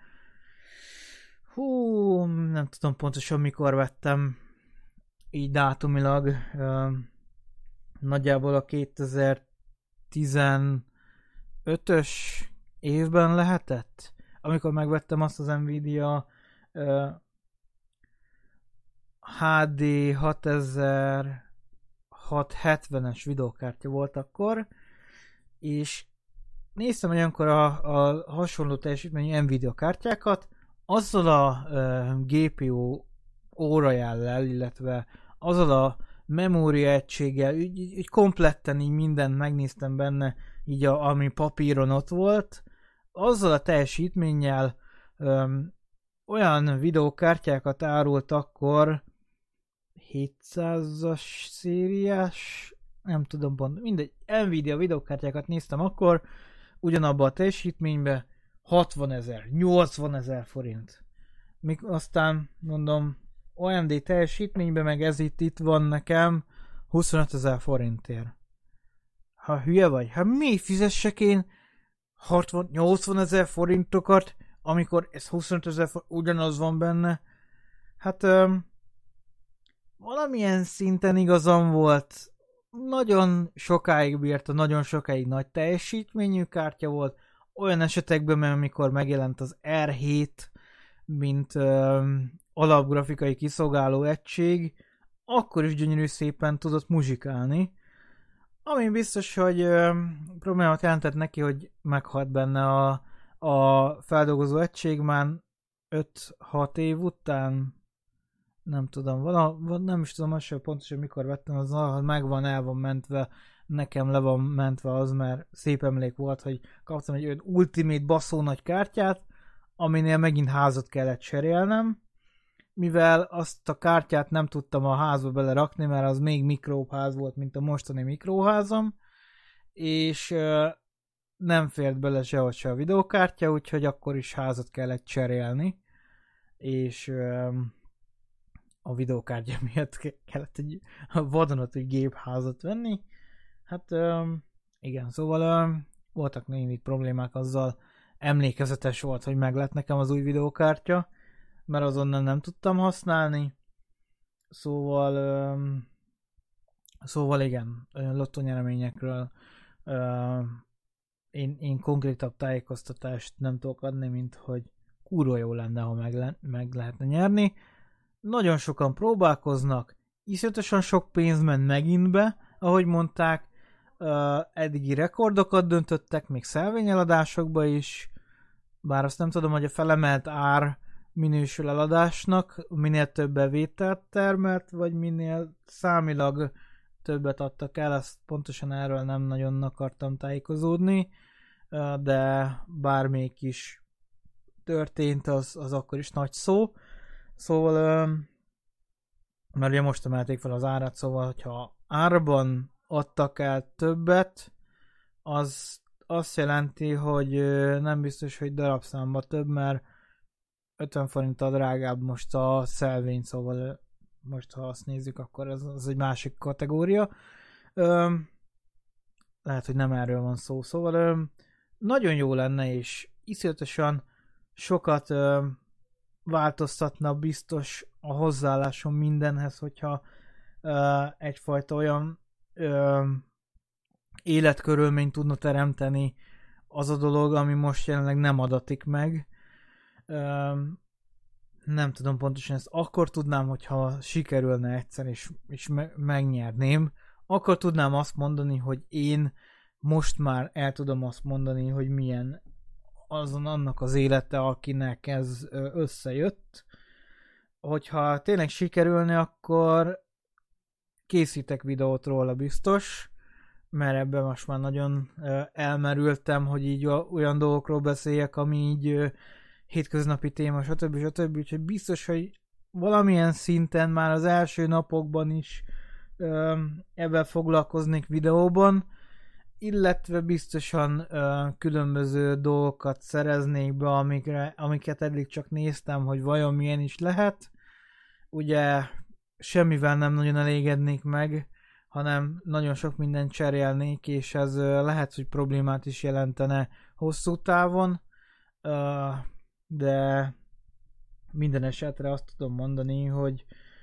nem tudom pontosan mikor vettem így dátumilag, nagyjából a 2015-ös évben lehetett, amikor megvettem azt az Nvidia HD 6670-es videókártya volt akkor, és néztem olyankor a hasonló teljesítményű Nvidia kártyákat, azzal a GPU órajellel, illetve azzal a memória egységgel, így kompletten így mindent megnéztem benne, így ami papíron ott volt, azzal a teljesítménnyel olyan videókártyákat árult akkor, 700-as szériás, nem tudom pont, mindegy, Nvidia videókártyákat néztem akkor, ugyanabban a teljesítményben, 60 000, 80 000 forint. Míg aztán mondom, AMD teljesítményben meg ez itt van nekem 25 000 forintért. Ha hülye vagy, hát mi fizessek én 60-80 000 forintokat, amikor ez 25 000 ugyanaz van benne? Hát valamilyen szinten igazam volt. Nagyon sokáig bírta, nagyon sokáig nagy teljesítményű kártya volt. Olyan esetekben, amikor megjelent az R7, mint alapgrafikai kiszolgáló egység, akkor is gyönyörű szépen tudott muzsikálni. Ami biztos, hogy problémát jelentett neki, hogy meghalt benne a feldolgozó egység már 5-6 év után. Nem tudom, nem is tudom azt sem pontosan mikor vettem, az el van mentve, nekem le van mentve az, mert szép emlék volt, hogy kaptam egy olyan ultimate baszó nagy kártyát, aminél megint házat kellett cserélnem, mivel azt a kártyát nem tudtam a házba belerakni, mert az még mikróbb ház volt, mint a mostani mikróházam, és nem fért bele sehogy se a videókártya, úgyhogy akkor is házat kellett cserélni, és a videókártya miatt kellett egy vadonatúj gépházat venni. Hát igen, szóval voltak némi problémák azzal, emlékezetes volt, hogy meg lett nekem az új videókártya, mert azonnal nem tudtam használni. Szóval igen, lottónyereményekről én konkrétabb tájékoztatást nem tudok adni, mint hogy kurva jó lenne, ha meg lehetne nyerni. Nagyon sokan próbálkoznak, iszonyatosan sok pénz ment megint be, ahogy mondták, eddigi rekordokat döntöttek, még szelvényeladásokba is, bár azt nem tudom, hogy a felemelt ár minősül eladásnak, minél több bevételt termelt, vagy minél számilag többet adtak el, azt pontosan erről nem nagyon akartam tájékozódni, de bármelyik is történt, az akkor is nagy szó. Szóval, mert ugye most emelték fel az árat, szóval, hogyha árban adtak el többet, az azt jelenti, hogy nem biztos, hogy darabszámba több, mert 50 forinttal drágább most a szelvény, szóval most ha azt nézzük, akkor az egy másik kategória. Lehet, hogy nem erről van szó, szóval nagyon jó lenne, és iszonyatosan sokat változtatna biztos a hozzáállásom mindenhez, hogyha egyfajta olyan életkörülményt tudna teremteni az a dolog, ami most jelenleg nem adatik meg. Nem tudom pontosan, ezt akkor tudnám, hogyha sikerülne egyszer, és megnyerném. Akkor tudnám azt mondani, hogy én most már el tudom azt mondani, hogy milyen annak az élete, akinek ez összejött. Hogyha tényleg sikerülne, akkor készítek videót róla biztos, mert ebben most már nagyon elmerültem, hogy így olyan dolgokról beszéljek, ami így hétköznapi téma, stb. Úgyhogy biztos, hogy valamilyen szinten már az első napokban is ebben foglalkoznék videóban, illetve biztosan különböző dolgokat szereznék be, amiket eddig csak néztem, hogy vajon milyen is lehet. Ugye semmivel nem nagyon elégednék meg, hanem nagyon sok mindent cserélnék, és ez lehet, hogy problémát is jelentene hosszú távon, de minden esetre azt tudom mondani, hogy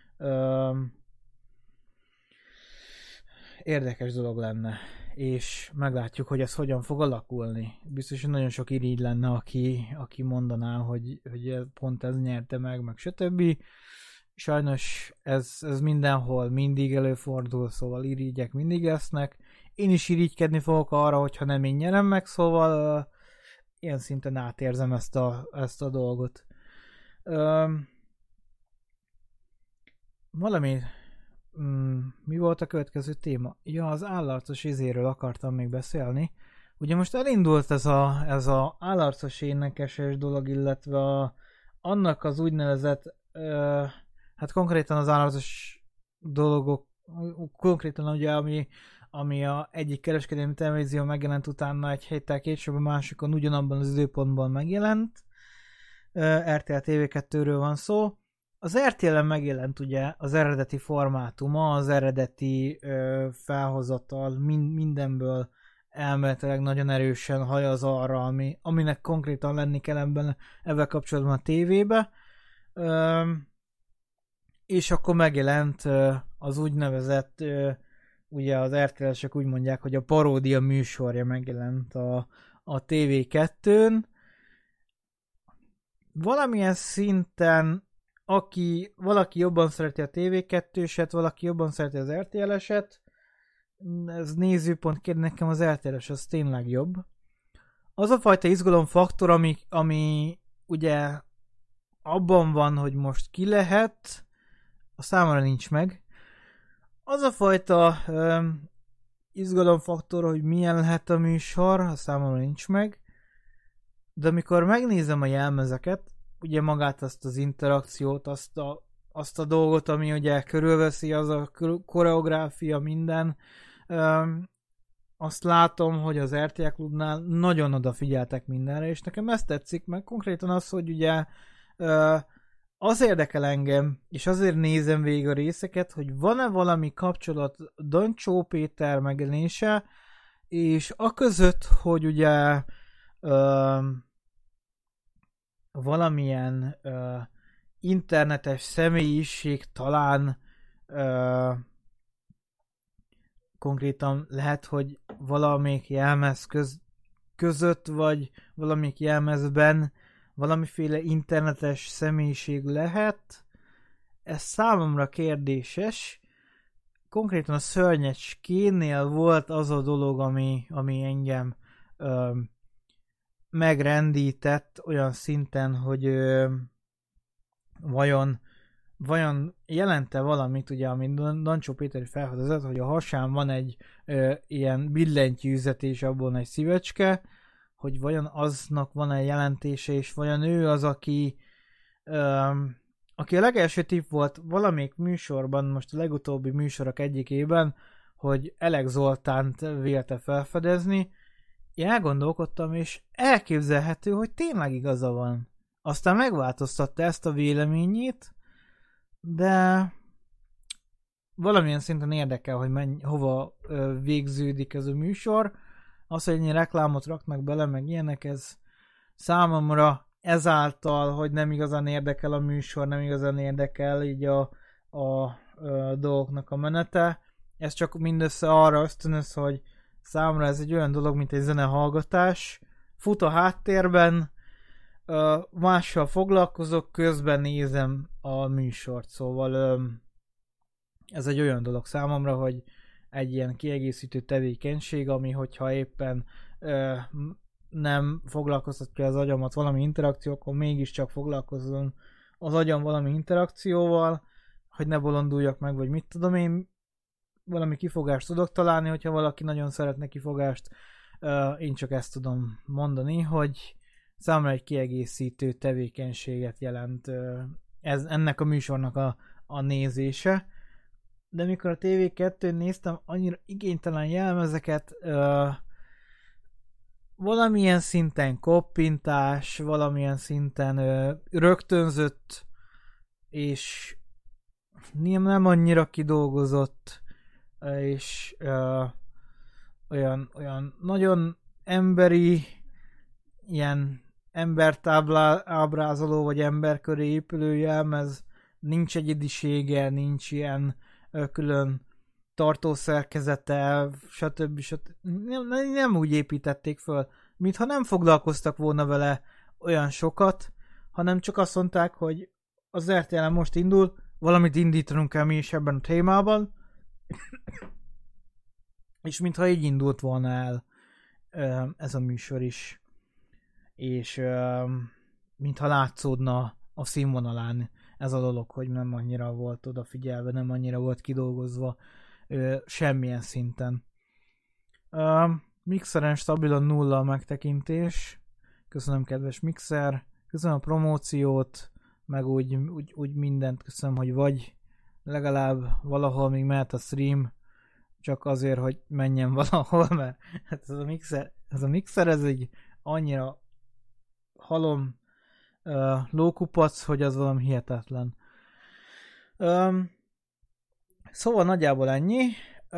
érdekes dolog lenne, és meglátjuk, hogy ez hogyan fog alakulni. Biztos, hogy nagyon sok irigy lenne, aki mondaná, hogy pont ez nyerte meg stb. Sajnos ez mindenhol mindig előfordul, szóval irigyek mindig lesznek. Én is irigykedni fogok arra, hogyha nem én nyerem meg, szóval ilyen szinten átérzem ezt a dolgot. Mi volt a következő téma? Ja, az állarcos izéről akartam még beszélni. Ugye most elindult ez a állarcos énekeses dolog, illetve annak az úgynevezett hát konkrétan az állarcos dolgok, konkrétan ugye ami a egyik kereskedelmi televízió megjelent, utána egy héttel később a másikon ugyanabban az időpontban megjelent. RTL TV2-ről van szó. Az RTL-en megjelent ugye az eredeti formátuma, az eredeti felhozatal, mindenből elméletileg nagyon erősen hajaz arra, aminek konkrétan lenni kell ebben kapcsolatban a tévébe. És akkor megjelent az úgynevezett, ugye az RTL-esek úgy mondják, hogy a paródia műsorja megjelent a TV2-n. Valamilyen szinten valaki jobban szereti a TV2-set, valaki jobban szereti az RTL-eset, ez nézőpont kérdés, nekem az RTL-es az tényleg jobb. Az a fajta izgalomfaktor, ami ugye abban van, hogy most ki lehet, a számomra nincs meg. Az a fajta izgalomfaktor, hogy milyen lehet a műsor, a számomra nincs meg. De amikor megnézem a jelmezeket, ugye magát azt az interakciót, azt a dolgot, ami ugye körülveszi, az a koreográfia, minden, azt látom, hogy az RTL Klubnál nagyon odafigyeltek mindenre, és nekem ezt tetszik, meg konkrétan az, hogy ugye az érdekel engem, és azért nézem végig a részeket, hogy van-e valami kapcsolat Dancsó Péter megjelenése, és aközött, hogy ugye valamilyen internetes személyiség talán konkrétan lehet, hogy valamelyik jelmez között, vagy valamelyik jelmezben valamiféle internetes személyiség lehet. Ez számomra kérdéses. Konkrétan a Szörnyecskénél volt az a dolog, ami engem megrendített olyan szinten, hogy vajon vajon jelente valamit, ugye, amit Dancsó Péter is felhozott, hogy a hasán van egy ilyen billentyűzet és abban egy szívecske, hogy vajon aznak van-e jelentése, és vajon ő az, aki a legelső tipp volt valamelyik műsorban, most a legutóbbi műsorok egyikében, hogy Elek Zoltánt vélte felfedezni. Én elgondolkodtam, és elképzelhető, hogy tényleg igaza van. Aztán megváltoztatta ezt a véleményét, de valamilyen szinten érdekel, hogy hova végződik ez a műsor. Az, hogy ennyi reklámot raknak bele, meg ilyenek, ez számomra ezáltal, hogy nem igazán érdekel a műsor, nem igazán érdekel így a dolgoknak a menete. Ez csak mindössze arra ösztönöz, hogy számomra ez egy olyan dolog, mint egy zenehallgatás. Fut a háttérben, mással foglalkozok, közben nézem a műsort, szóval ez egy olyan dolog számomra, hogy egy ilyen kiegészítő tevékenység, ami hogyha éppen nem foglalkoztatja az agyamat valami interakció, akkor mégiscsak foglalkozom az agyam valami interakcióval, hogy ne bolonduljak meg, vagy mit tudom én, valami kifogást tudok találni, hogyha valaki nagyon szeretne kifogást. Én csak ezt tudom mondani, hogy számomra egy kiegészítő tevékenységet jelent ennek a műsornak a nézése. De mikor a TV2-n néztem, annyira igénytelen jelmezeket, valamilyen szinten koppintás, valamilyen szinten rögtönzött, és nem annyira kidolgozott, és olyan nagyon emberi, ilyen embert ábrázoló, vagy ember köré épülő jelmez, nincs egyedisége, nincs ilyen külön tartószerkezete, stb. Nem úgy építették föl, mintha nem foglalkoztak volna vele olyan sokat, hanem csak azt mondták, hogy az RTL most indul, valamit indítanunk kell mi is ebben a témában, és mintha így indult volna el ez a műsor is, és mintha látszódna a színvonalán ez a dolog, hogy nem annyira volt odafigyelve, nem annyira volt kidolgozva semmilyen szinten. Mixeren stabilan 0 a megtekintés. Köszönöm, kedves Mixer. Köszönöm a promóciót, meg úgy mindent köszönöm, hogy vagy legalább valahol még mehet a stream, csak azért, hogy menjen valahol, mert hát ez a mixer ez egy annyira halom lókupac, hogy az valami hihetetlen. Szóval nagyjából ennyi,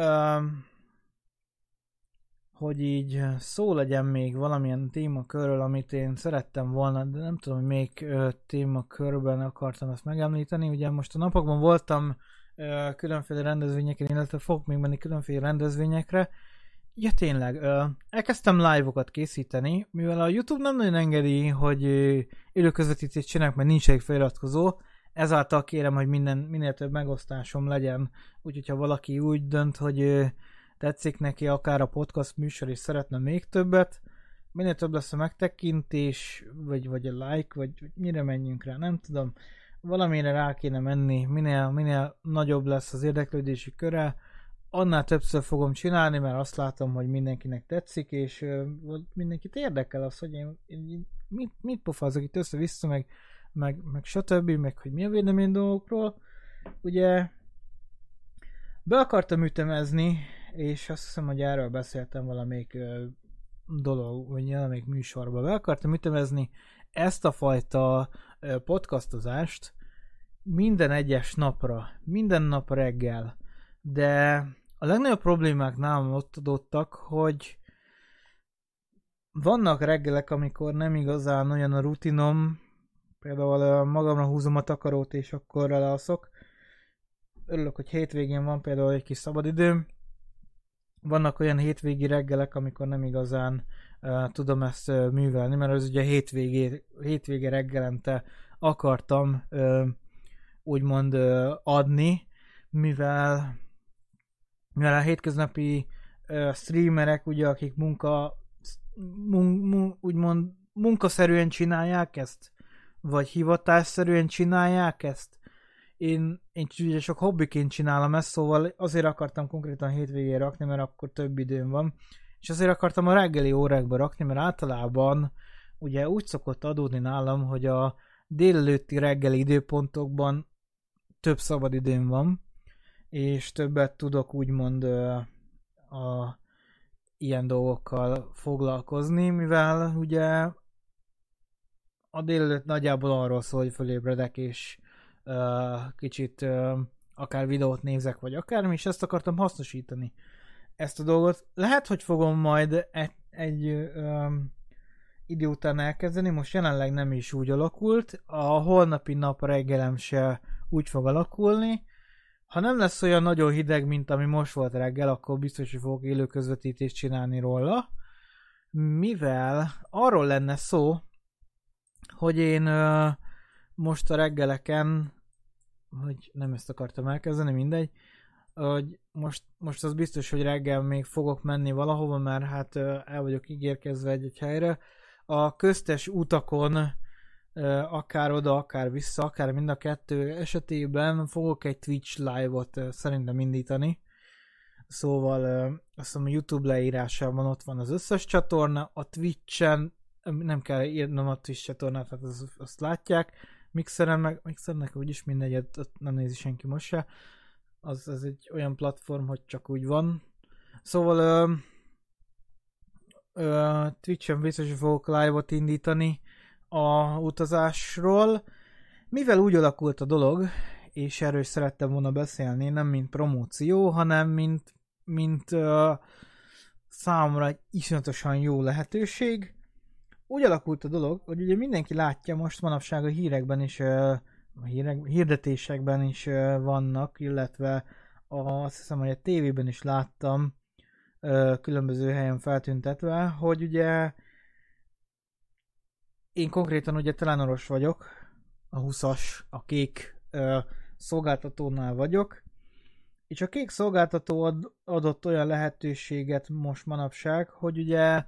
hogy így szó legyen még valamilyen témakörről, amit én szerettem volna, de nem tudom, hogy melyik témakörben akartam ezt megemlíteni. Ugye most a napokban voltam különféle rendezvényeken, illetve fogok még menni különféle rendezvényekre. Ja, tényleg, elkezdtem live-okat készíteni, mivel a YouTube nem nagyon engedi, hogy élőközvetítést csinálják, mert nincs egy feliratkozó, ezáltal kérem, hogy minél több megosztásom legyen, úgyhogy ha valaki úgy dönt, hogy tetszik neki akár a podcast műsor, és szeretne még többet, minél több lesz a megtekintés, vagy a like, vagy mire menjünk rá, nem tudom, valamire rá kéne menni, minél nagyobb lesz az érdeklődési köre, annál többször fogom csinálni, mert azt látom, hogy mindenkinek tetszik, és mindenkit érdekel az, hogy én mit pofázok itt össze-vissza, meg stb., meg hogy mi a vélemény dolgokról. Ugye be akartam ütemezni, és azt hiszem, hogy erről beszéltem valamelyik dolog, vagy valamelyik műsorban. Be akartam ütemezni ezt a fajta podcastozást minden egyes napra, minden nap reggel. De a legnagyobb problémák nálam ott adottak, hogy vannak reggelek, amikor nem igazán olyan a rutinom, például magamra húzom a takarót, és akkor elalszok. Örülök, hogy hétvégén van például egy kis szabadidőm. Vannak olyan hétvégi reggelek, amikor nem igazán tudom ezt művelni, mert az ugye hétvége reggelente akartam úgymond adni, mivel a hétköznapi streamerek, ugye, akik úgymond munkaszerűen csinálják ezt, vagy hivatásszerűen csinálják ezt, én ugye csak hobbiként csinálom ezt, szóval azért akartam konkrétan hétvégére rakni, mert akkor több időm van. És azért akartam a reggeli órákba rakni, mert általában ugye úgy szokott adódni nálam, hogy a délelőtti reggeli időpontokban több szabad időm van, és többet tudok úgymond ilyen dolgokkal foglalkozni, mivel ugye a délelőtt nagyjából arról szól, hogy fölébredek, és kicsit akár videót nézek, vagy akármi, és ezt akartam hasznosítani. Ezt a dolgot lehet, hogy fogom majd egy idő után elkezdeni, most jelenleg nem is úgy alakult, a holnapi nap reggelem se úgy fog alakulni. Ha nem lesz olyan nagyon hideg, mint ami most volt reggel, akkor biztos, hogy fogok élő közvetítést csinálni róla, mivel arról lenne szó, hogy én most a reggeleken, hogy nem ezt akartam elkezdeni, mindegy, hogy most az biztos, hogy reggel még fogok menni valahova, mert hát el vagyok ígérkezve egy helyre. A köztes utakon akár oda, akár vissza, akár mind a kettő esetében fogok egy Twitch live-ot szerintem indítani. Szóval azt hiszem a YouTube leírásában ott van az összes csatorna, a Twitch-en nem kell írnom a Twitch csatornát, hát azt látják. Mixernek úgyis mindegy, ott nem nézi senki most se. Az egy olyan platform, hogy csak úgy van. Szóval Twitch-en biztos, hogy fogok live-ot indítani a utazásról. Mivel úgy alakult a dolog, és erről is szerettem volna beszélni, nem mint promóció, hanem mint számomra egy iszonyatosan jó lehetőség. Úgy alakult a dolog, hogy ugye mindenki látja most manapság a hírekben is, hirdetésekben is vannak, illetve azt hiszem, hogy a tévében is láttam különböző helyen feltüntetve, hogy ugye én konkrétan ugye telenoros vagyok, a 20-as, a kék szolgáltatónál vagyok, és a kék szolgáltató adott olyan lehetőséget most manapság, hogy ugye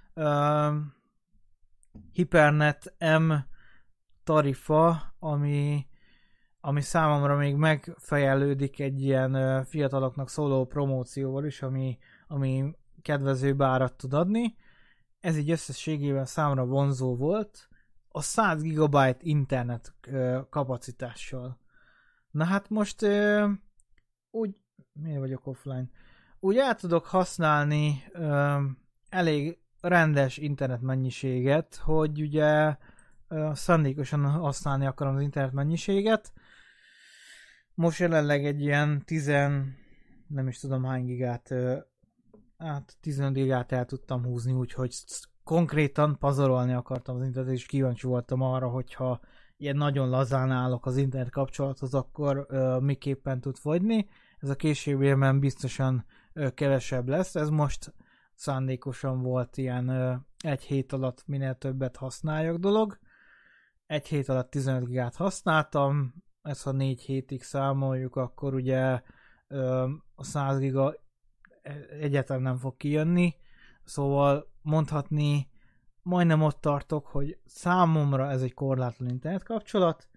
Hypernet M tarifa, ami számomra még megfejelődik egy ilyen fiataloknak szóló promócióval is, ami kedvezőbb árat tud adni. Ez így összességében számomra vonzó volt, a 100 GB internet kapacitással. Na hát most úgy, miért vagyok offline? Úgy el tudok használni elég rendes internet mennyiséget, hogy ugye szándékosan használni akarom az internet mennyiséget. Most jelenleg egy ilyen nem is tudom hány gigát, 15 gigát el tudtam húzni, úgyhogy konkrétan pazarolni akartam az internetet, és kíváncsi voltam arra, hogyha ilyen nagyon lazán állok az internet kapcsolathoz, akkor miképpen tud fogyni. Ez a későbbiekben biztosan kevesebb lesz. Ez most szándékosan volt ilyen egy hét alatt minél többet használjak dolog. Egy hét alatt 15 gigát használtam, ezt ha 4 hétig számoljuk, akkor ugye a 100 giga egyáltalán nem fog kijönni, szóval mondhatni, majdnem ott tartok, hogy számomra ez egy korlátlan internet kapcsolat,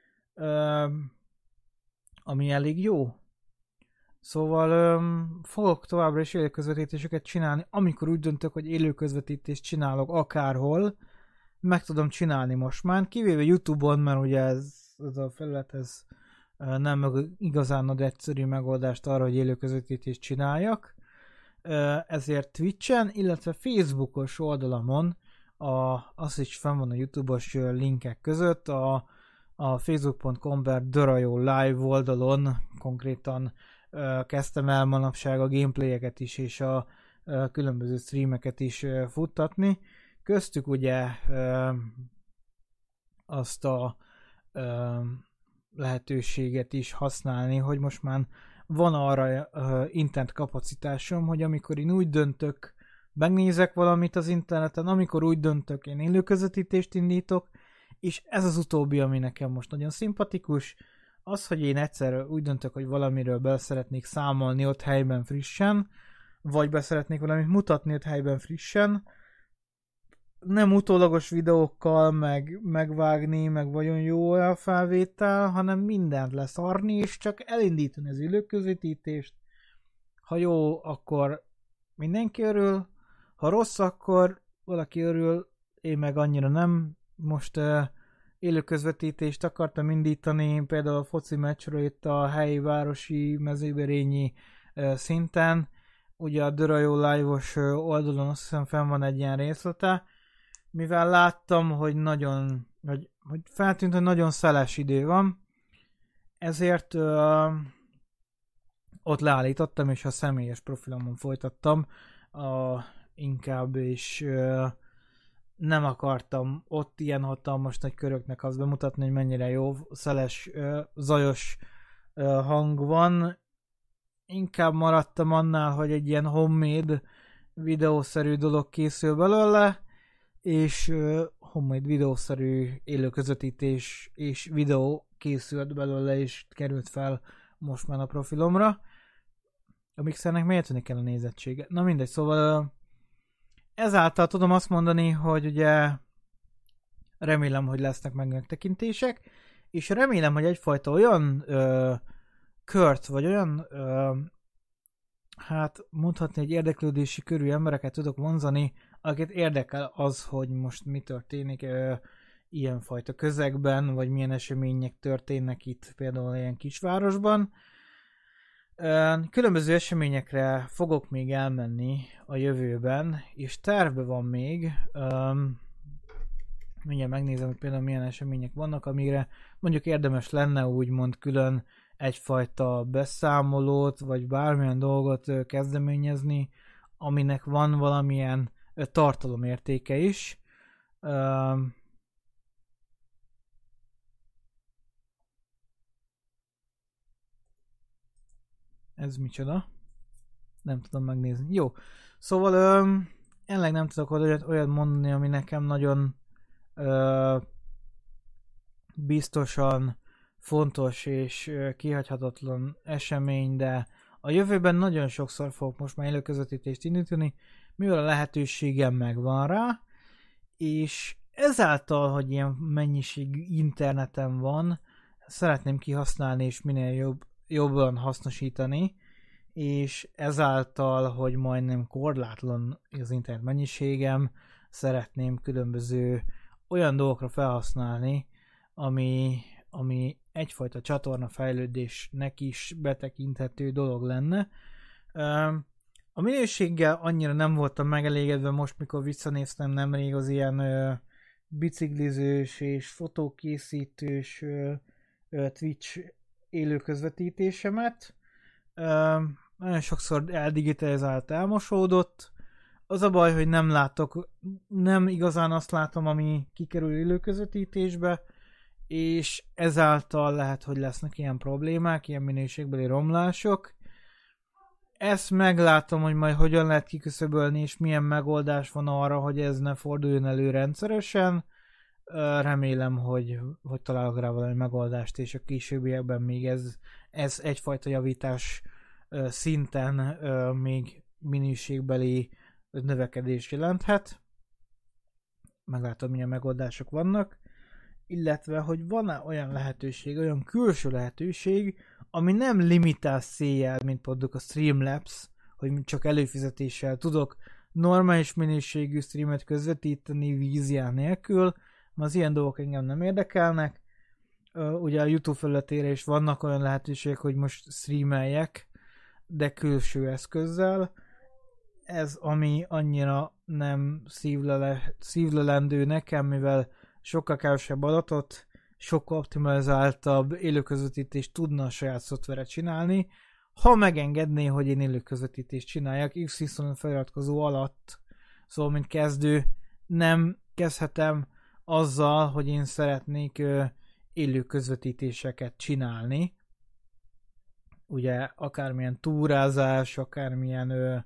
ami elég jó. Szóval fogok továbbra is élőközvetítéseket csinálni, amikor úgy döntök, hogy élőközvetítést csinálok akárhol, meg tudom csinálni most már, kivéve YouTube-on, mert ugye ez a felület, ez nem igazán nagy egyszerű megoldást arra, hogy élőközvetítést csináljak. Ezért Twitch-en, illetve Facebookos oldalamon, az is fenn van a YouTube-os linkek között, a facebook.com/Dörajó live oldalon konkrétan kezdtem el manapság a gameplayeket is, és a különböző streameket is futtatni. Köztük ugye azt a lehetőséget is használni, hogy most már van arra internet kapacitásom, hogy amikor én úgy döntök, megnézek valamit az interneten, amikor úgy döntök, én élőközvetítést indítok, és ez az utóbbi, ami nekem most nagyon szimpatikus, az, hogy én egyszer úgy döntök, hogy valamiről be szeretnék számolni ott helyben frissen, vagy be szeretnék valamit mutatni ott helyben frissen, nem utólagos videókkal megvágni, meg nagyon jó a felvétel, hanem mindent leszarni, és csak elindítani az élőközvetítést. Ha jó, akkor mindenki örül, ha rossz, akkor valaki örül, én meg annyira nem. Most élőközvetítést akartam indítani, például a foci meccsről itt a helyi városi mezőberényi szinten. Ugye a Dörajó Live-os oldalon azt hiszem fenn van egy ilyen részlete, mivel láttam, hogy hogy feltűnt, hogy nagyon szeles idő van, ezért ott leállítottam, és a személyes profilomon folytattam inkább, és nem akartam ott ilyen hatalmas nagy köröknek azt bemutatni, hogy mennyire jó, szeles, zajos hang van. Inkább maradtam annál, hogy egy ilyen homemade videószerű dolog készül belőle, és homemade videószerű élőközvetítés és videó készült belőle, és került fel most már a profilomra. A Mixernek miért tűnik el a nézettsége? Na mindegy, szóval ezáltal tudom azt mondani, hogy ugye remélem, hogy lesznek megtekintések, és remélem, hogy egyfajta olyan kört, vagy olyan hát mondhatni, hogy érdeklődési körű embereket tudok vonzani, akit érdekel az, hogy most mi történik ilyenfajta közegben, vagy milyen események történnek itt például ilyen kisvárosban. Különböző eseményekre fogok még elmenni a jövőben, és tervben van még, mindjárt megnézem, hogy például milyen események vannak, amire mondjuk érdemes lenne úgymond külön egyfajta beszámolót, vagy bármilyen dolgot kezdeményezni, aminek van valamilyen tartalomértéke is. Ez micsoda? Nem tudom megnézni. Jó. Szóval jelenleg nem tudok olyat mondani, ami nekem nagyon biztosan fontos és kihagyhatatlan esemény, de a jövőben nagyon sokszor fogok most már élőközvetítést indítani, mivel a lehetőségem megvan rá, és ezáltal, hogy ilyen mennyiségű interneten van, szeretném kihasználni és minél jobban hasznosítani, és ezáltal, hogy majdnem korlátlan az internet mennyiségem, szeretném különböző olyan dolgokra felhasználni, ami egyfajta csatorna fejlődésnek is betekinthető dolog lenne. A minőséggel annyira nem voltam megelégedve most, mikor visszanéztem nemrég az ilyen biciklizős és fotókészítős Twitch élőközvetítésemet. Nagyon sokszor eldigitalizált, elmosódott. Az a baj, hogy nem igazán azt látom, ami kikerül élőközvetítésbe, és ezáltal lehet, hogy lesznek ilyen problémák, ilyen minőségbeli romlások. Ezt meglátom, hogy majd hogyan lehet kiküszöbölni, és milyen megoldás van arra, hogy ez ne forduljon elő rendszeresen. Remélem, hogy találok rá valami megoldást, és a későbbiekben még ez egyfajta javítás szinten még minőségbeli növekedés jelenthet. Meglátom, milyen megoldások vannak. Illetve, hogy van-e olyan lehetőség, olyan külső lehetőség, ami nem limitál széjjel, mint például a Streamlabs, hogy csak előfizetéssel tudok normális minőségű streamet közvetíteni vízjár nélkül, mert az ilyen dolgok engem nem érdekelnek. Ugye a YouTube felületére is vannak olyan lehetőségek, hogy most streameljek, de külső eszközzel. Ez ami annyira nem szívlelendő nekem, mivel sokkal kevesebb adatot, sokkal optimalizáltabb élőközvetítést tudna a saját szoftveret csinálni, ha megengedné, hogy én élőközvetítést csináljak X-25 feliratkozó alatt. Szóval, mint kezdő, nem kezdhetem azzal, hogy én szeretnék élőközvetítéseket csinálni. Ugye akármilyen túrázás, akármilyen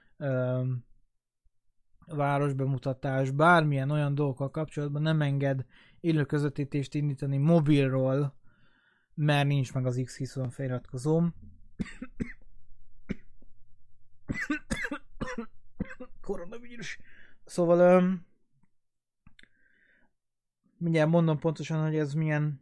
városbemutatás, bármilyen olyan dolgokkal kapcsolatban nem enged élőközvetítést indítani mobilról, mert nincs meg az X-20 feliratkozóm. Koronavírus. Szóval mindjárt mondom pontosan, hogy ez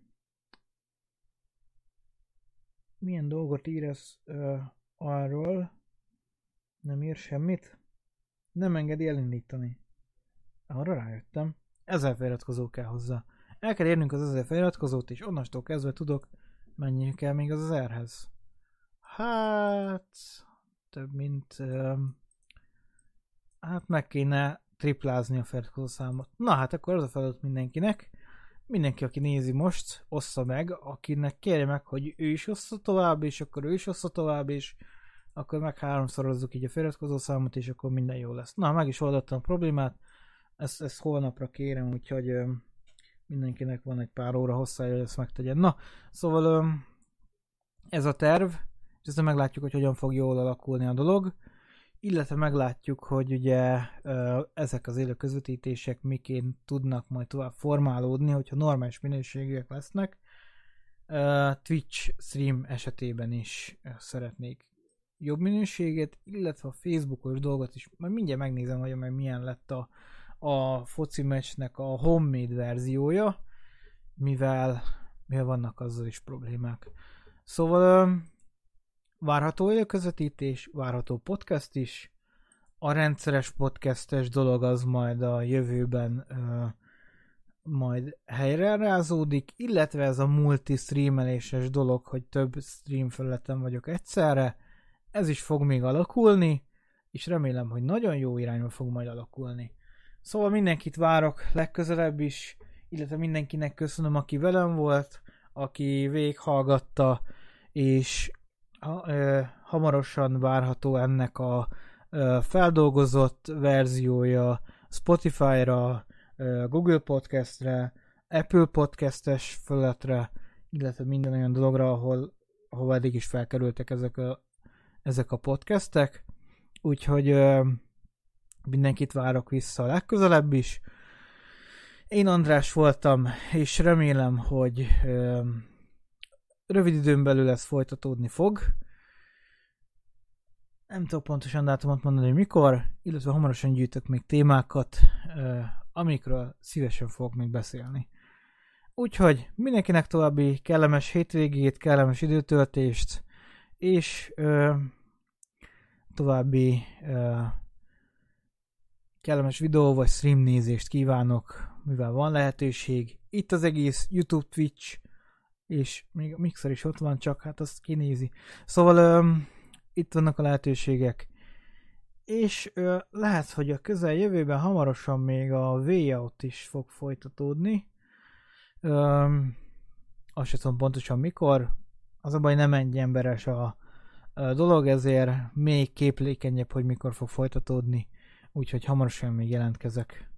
milyen dolgot ír ez arról. Nem ír semmit. Nem engedi elindítani. Arra rájöttem. 1000 feliratkozó kell hozzá. El kell érnünk az 1000 feliratkozót, és onnastól kezdve tudok, mennyi kell még az 1000-hez. Hát... több mint... hát meg kéne triplázni a feliratkozó számot. Na hát akkor az a feladat mindenkinek. Mindenki, aki nézi most, ossza meg, akinek kérje meg, hogy ő is ossza tovább, és akkor ő is ossza tovább, és akkor meg 3-szorozzuk így a feliratkozó számot, és akkor minden jó lesz. Na, meg is oldottam a problémát, ezt holnapra kérem, úgyhogy mindenkinek van egy pár óra hosszája, hogy ezt megtegyen. Na, szóval ez a terv, és ezzel meglátjuk, hogy hogyan fog jól alakulni a dolog, illetve meglátjuk, hogy ugye ezek az élő közvetítések miként tudnak majd tovább formálódni, hogyha normális minőségűek lesznek. Twitch stream esetében is szeretnék jobb minőséget, illetve a Facebookos dolgot is. Majd mindjárt megnézem, hogy meg milyen lett a foci meccsnek a homemade verziója, mivel vannak azzal is problémák. Szóval várható élőközvetítés, várható podcast is. A rendszeres podcastes dolog az majd a jövőben majd helyre rázódik, illetve ez a multi-streameléses dolog, hogy több stream felületen vagyok egyszerre, ez is fog még alakulni, és remélem, hogy nagyon jó irányba fog majd alakulni. Szóval mindenkit várok legközelebb is, illetve mindenkinek köszönöm, aki velem volt, aki végighallgatta, és hamarosan várható ennek a feldolgozott verziója Spotify-ra, Google Podcastre, Apple Podcastes felületre, illetve minden olyan dologra, ahol eddig is felkerültek ezek a podcastek. Úgyhogy mindenkit várok vissza a legközelebb is. Én András voltam, és remélem, hogy rövid időn belül ez folytatódni fog. Nem tudok pontosan dátumot mondani, hogy mikor, illetve hamarosan gyűjtök még témákat, amikről szívesen fogok még beszélni. Úgyhogy mindenkinek további kellemes hétvégét, kellemes időtöltést, és további kellemes videó vagy stream nézést kívánok, mivel van lehetőség. Itt az egész YouTube, Twitch, és még a Mixer is ott van, csak hát azt kinézi. Szóval itt vannak a lehetőségek. És lehet, hogy a közeljövőben hamarosan még a Way Out is fog folytatódni. Azt sem tudom pontosan mikor. Az a baj, nem egy emberes a dolog, ezért még képlékenyebb, hogy mikor fog folytatódni. Úgyhogy hamarosan még jelentkezek.